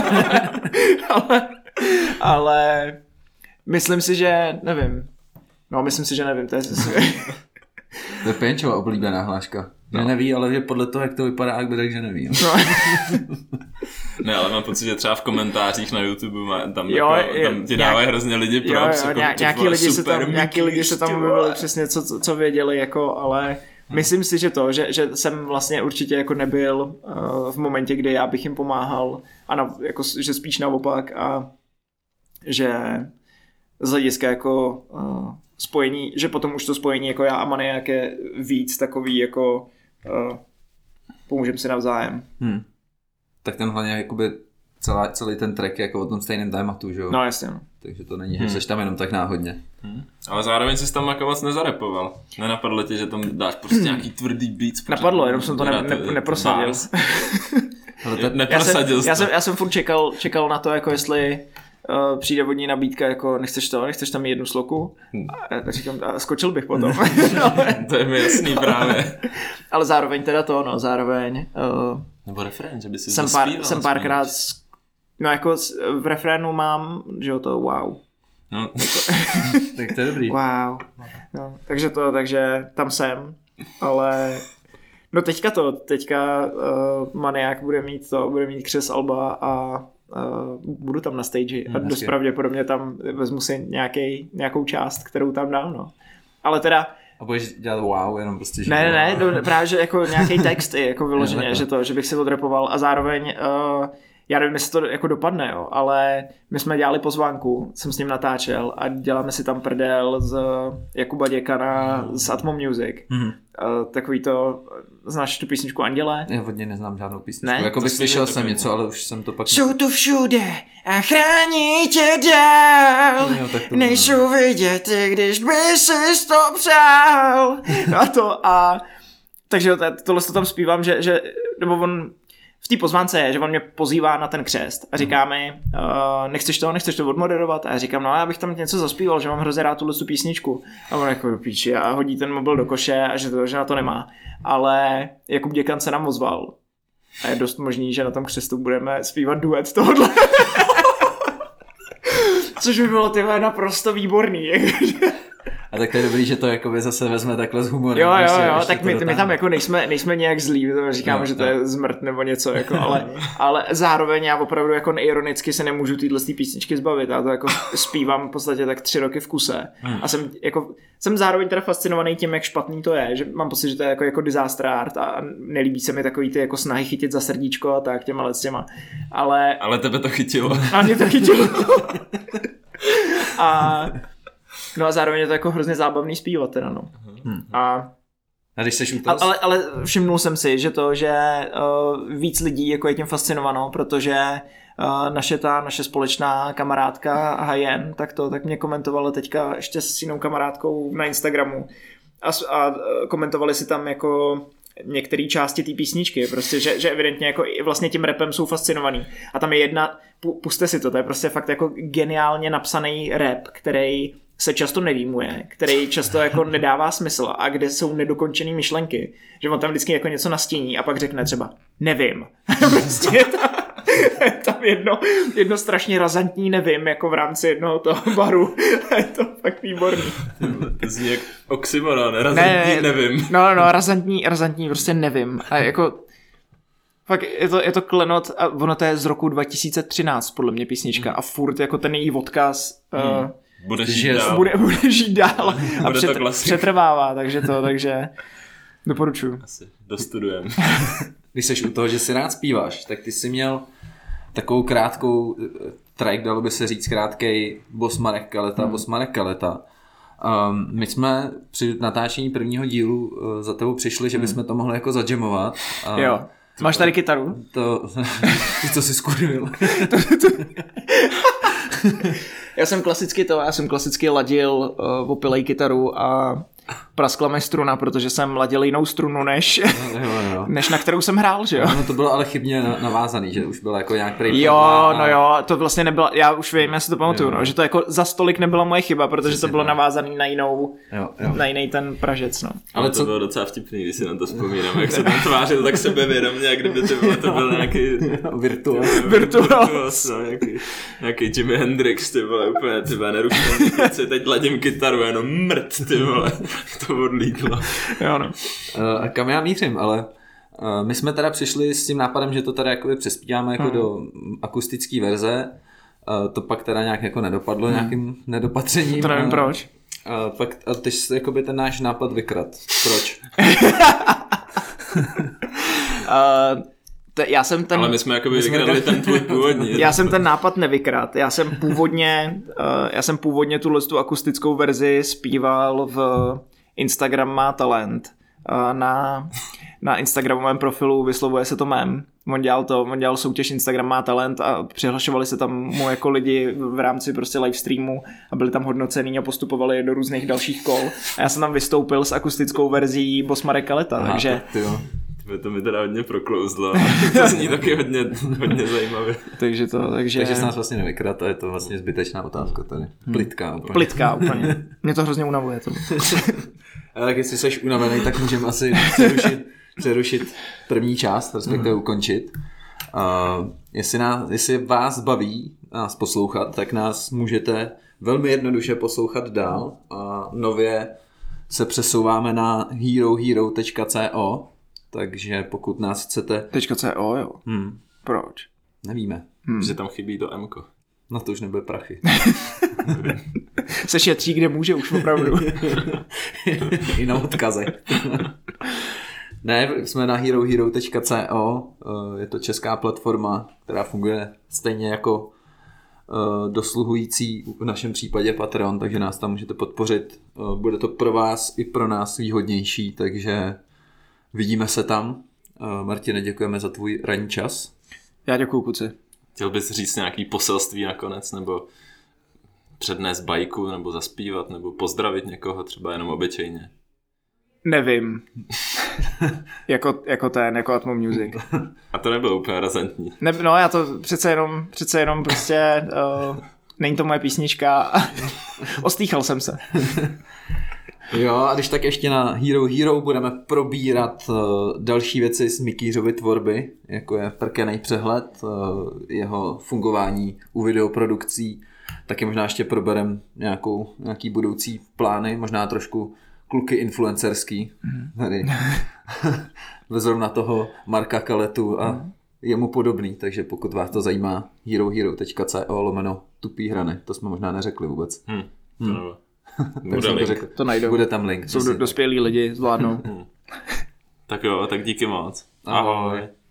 ale, ale myslím si, že nevím. No, myslím si, že nevím. To je, to je Penčova oblíbená hláška. No. Že neví, ale že podle toho, jak to vypadá, jak by tak, že neví. No. Ne, ale mám pocit, že třeba v komentářích na YouTube má, tam, jo, jako, je, tam ti dávají hrozně lidi pro jo, jo, jako, nějaký, lidi se tam, nějaký lidi se tam objevili přesně, co, co věděli, jako, ale myslím si, že to, že, že jsem vlastně určitě jako nebyl uh, v momentě, kdy já bych jim pomáhal, a na, jako, že spíš naopak, a že z hlediska jako uh, spojení, že potom už to spojení jako já a Maniak je víc takový jako uh, pomůžeme si navzájem. Hmm. Tak ten hlavně jakoby celá, celý ten track je jako o tom stejném tématu, že jo? No jasně. No. Takže to není, že hmm. seš tam jenom tak náhodně. Hmm. Ale zároveň jsi tam jako moc nezarepoval. Nenapadlo tě, že tam dáš prostě nějaký tvrdý beats? Napadlo, jenom jsem to ne, ne, neprosadil. to... Neprosadil já, jsem, já, jsem, já jsem furt čekal, čekal na to, jako jestli uh, přijde vodní nabídka, jako nechceš to, nechceš tam jednu sloku? Hmm. A říkám, a skočil bych potom. To je mi jasný právě. Ale zároveň teda to, no, zároveň... Uh, Nebo refrén, že by si jsem zaspíval. Pár, jsem párkrát... No jako v refrénu mám, že jo, to wow. No. Tak to je dobrý. Wow. No, takže to, takže tam jsem, ale no teďka to, teďka uh, Maniak bude mít to, bude mít křes alba a uh, budu tam na stage a dost pravděpodobně tam vezmu si nějaký, nějakou část, kterou tam dám, no. Ale teda a budeš dělat wow, jenom prostě, že... Ne, ne, ne, no, právě, že jako nějaký text je jako vyloženě, že to, že bych si to drapoval a zároveň uh, já nevím, jestli to jako dopadne, jo, ale my jsme dělali pozvánku, jsem s ním natáčel a děláme si tam prdel z Jakuba Děkana z Atmo Music. Mm-hmm. Uh, takový to, znáš tu písničku Anděle? Já hodně neznám žádnou písničku, ne? Jako by slyšel jsem něco, ale už jsem to pak... Jsou tu všude a chrání tě dál, no, nejsou vidět, když by si to přál. A to a... Takže tohle to tam zpívám, že, že nebo on... V té pozvánce je, že on mě pozývá na ten křest a říká mi, uh, nechceš to, nechceš to odmoderovat? A já říkám, no já bych tam něco zaspíval, že mám hrozně rád tuhle tu písničku. A on jako do píči a hodí ten mobil do koše a že, to, že na to nemá. Ale Jakub Děkan se nám ozval. A je dost možný, že na tom křestu budeme zpívat duet tohodle. Což by bylo tyhle naprosto výborný. A tak to je dobrý, že to jako zase vezme takhle s humorem. Jo, jo, jo, tak my, my tam jako nejsme, nejsme nějak zlí, říkáme, jo, že to jo. je zmrt nebo něco, jako, ale, ale zároveň já opravdu jako neironicky se nemůžu týhle z té písničky zbavit. Já to jako zpívám v podstatě tak tři roky v kuse. Hmm. A jsem, jako, jsem zároveň teda fascinovaný tím, jak špatný to je, že mám pocit, že to je jako, jako disaster art a nelíbí se mi takový ty jako snahy chytit za srdíčko a tak těma let s těma. Ale, ale tebe to chytilo. A mě to chytilo. a No a zároveň je to jako hrozně zábavný zpívat teda, no. Hmm. A, a když seš útos? Ale, ale všimnul jsem si, že to, že uh, víc lidí jako je tím fascinováno, protože naše ta, naše společná kamarádka Hayen, tak to, tak mě komentovala teďka ještě s jinou kamarádkou na Instagramu a, a komentovali si tam jako některé části té písničky, prostě, že, že evidentně jako vlastně tím rapem jsou fascinovaný. A tam je jedna, puste si to, to je prostě fakt jako geniálně napsaný rap, který se často nevýmuje, který často jako nedává smysl a kde jsou nedokončené myšlenky, že on tam vždycky jako něco nastíní a pak řekne třeba nevím. Prostě je tam, je tam jedno, jedno strašně razantní nevím, jako v rámci jednoho toho baru. Je to fakt výborný. To zní jak oxymoron, razantní ne, nevím. No, no, razantní, razantní prostě nevím. A jako fakt je to, je to klenot a ono to je z roku dva tisíce třináct podle mě písnička hmm. a furt jako ten její odkaz hmm. uh, bude žít dál. Bude, bude žít dál a bude přetr, přetrvává, takže to, takže doporučuji. Asi dostudujem. Když jsi u toho, že si rád zpíváš, tak ty jsi měl takovou krátkou track, dalo by se říct krátkej Boss Marek Kaleta, hmm. Boss Marek Kaleta. Um, my jsme při natáčení prvního dílu uh, za tebou přišli, že bychom to mohli jako zadžemovat. Uh, jo. Máš tady kytaru? To, ty co jsi skurvil. Já jsem klasicky to, já jsem klasicky ladil uh, opilej kytaru a praskla mi struna, protože jsem ladil jinou strunu, než, jo, jo. než na kterou jsem hrál, že jo? No to bylo ale chybně navázaný, že už bylo jako nějak prej... Jo, a... no jo, to vlastně nebyla, já už vím, já si to pamatuju, no, že to jako za stolik nebyla moje chyba, protože Přesně, to bylo no. navázaný na jinou, jo, jo. na jiný ten pražec, no. Ale to co... bylo docela vtipný, když si na to vzpomínám, jak se tam tvářil tak sebevědomě, jak kdyby to bylo, to byl nějaký... Virtuos. Virtuos. No, nějaký, nějaký Jimi Hendrix, ty vole, úplně, ty vole, neruším, teď ladím kytaru, jenom mrt, ty vole. To odlítlo. Jo, no. A kam já mířím, ale my jsme teda přišli s tím nápadem, že to teda jakoby přespíváme jako hmm. do akustické verze. To pak teda nějak jako nedopadlo hmm. nějakým nedopatřením. To nevím proč. A pak a teď jsi jakoby ten náš nápad vykrat. Proč? uh, te, já jsem ten... Ale my jsme jakoby vykradli ten tvůj původní. Já jsem ten nápad nevykrat. Já jsem původně, uh, já jsem původně tuhle tu akustickou verzi zpíval v Instagram má talent. Uh, na, na Instagramovém profilu vyslovuje se to mém. On dělal to, on dělal soutěž Instagram má talent a přihlašovali se tam mu jako lidi v rámci prostě live streamu a byli tam hodnocený a postupovali do různých dalších kol. A já jsem tam vystoupil s akustickou verzí Boss Marek Kaleta, Aha, takže... To mi teda hodně proklouzlo. To zní taky hodně, hodně zajímavě. takže to, takže... Takže se nás vlastně nevykrat a je to vlastně zbytečná otázka tady. Plitká úplně. Plitká úplně. Mě to hrozně unavuje. To. Ale tak jestli jsi unavený, tak můžeme asi přerušit, přerušit první část, respektive hmm. ukončit. Uh, jestli, nás, jestli vás baví nás poslouchat, tak nás můžete velmi jednoduše poslouchat dál. A nově se přesouváme na hero hero tečka co. Takže pokud nás chcete... .co, jo. Hmm. Proč? Nevíme. Hmm. Že tam chybí to M-ko. No to už nebude prachy. Se šetří, kde může už opravdu. I na odkaze. Ne, jsme na hero hero tečka co. Je to česká platforma, která funguje stejně jako dosluhující v našem případě Patreon, takže nás tam můžete podpořit. Bude to pro vás i pro nás výhodnější, takže vidíme se tam. Martine, děkujeme za tvůj ranní čas. Já děkuju, kuci. Chtěl bys říct nějaký poselství nakonec, nebo přednést bajku, nebo zaspívat, nebo pozdravit někoho, třeba jenom obyčejně? Nevím. jako, jako ten, jako Atmo Music. A to nebylo úplně razantní. Ne, no já to přece jenom, přece jenom prostě, uh, není to moje písnička. Ostýchal jsem se. Jo, a když tak ještě na Hero Hero budeme probírat uh, další věci z Mikýřovy tvorby, jako je prkenej přehled, uh, jeho fungování u videoprodukcí, taky možná ještě proberem nějakou, nějaký budoucí plány, možná trošku kluky influencerský, tady zrovna toho Marka Kaletu a jemu podobný, takže pokud vás to zajímá, hero hero tečka co lomeno tupý hrany, to jsme možná neřekli vůbec. Hmm, to hmm. Bude, link. Řekl, to najdou. Bude tam link. Jsou do, dospělí lidi, zvládnou. Tak jo, tak díky moc. Ahoj. Ahoj.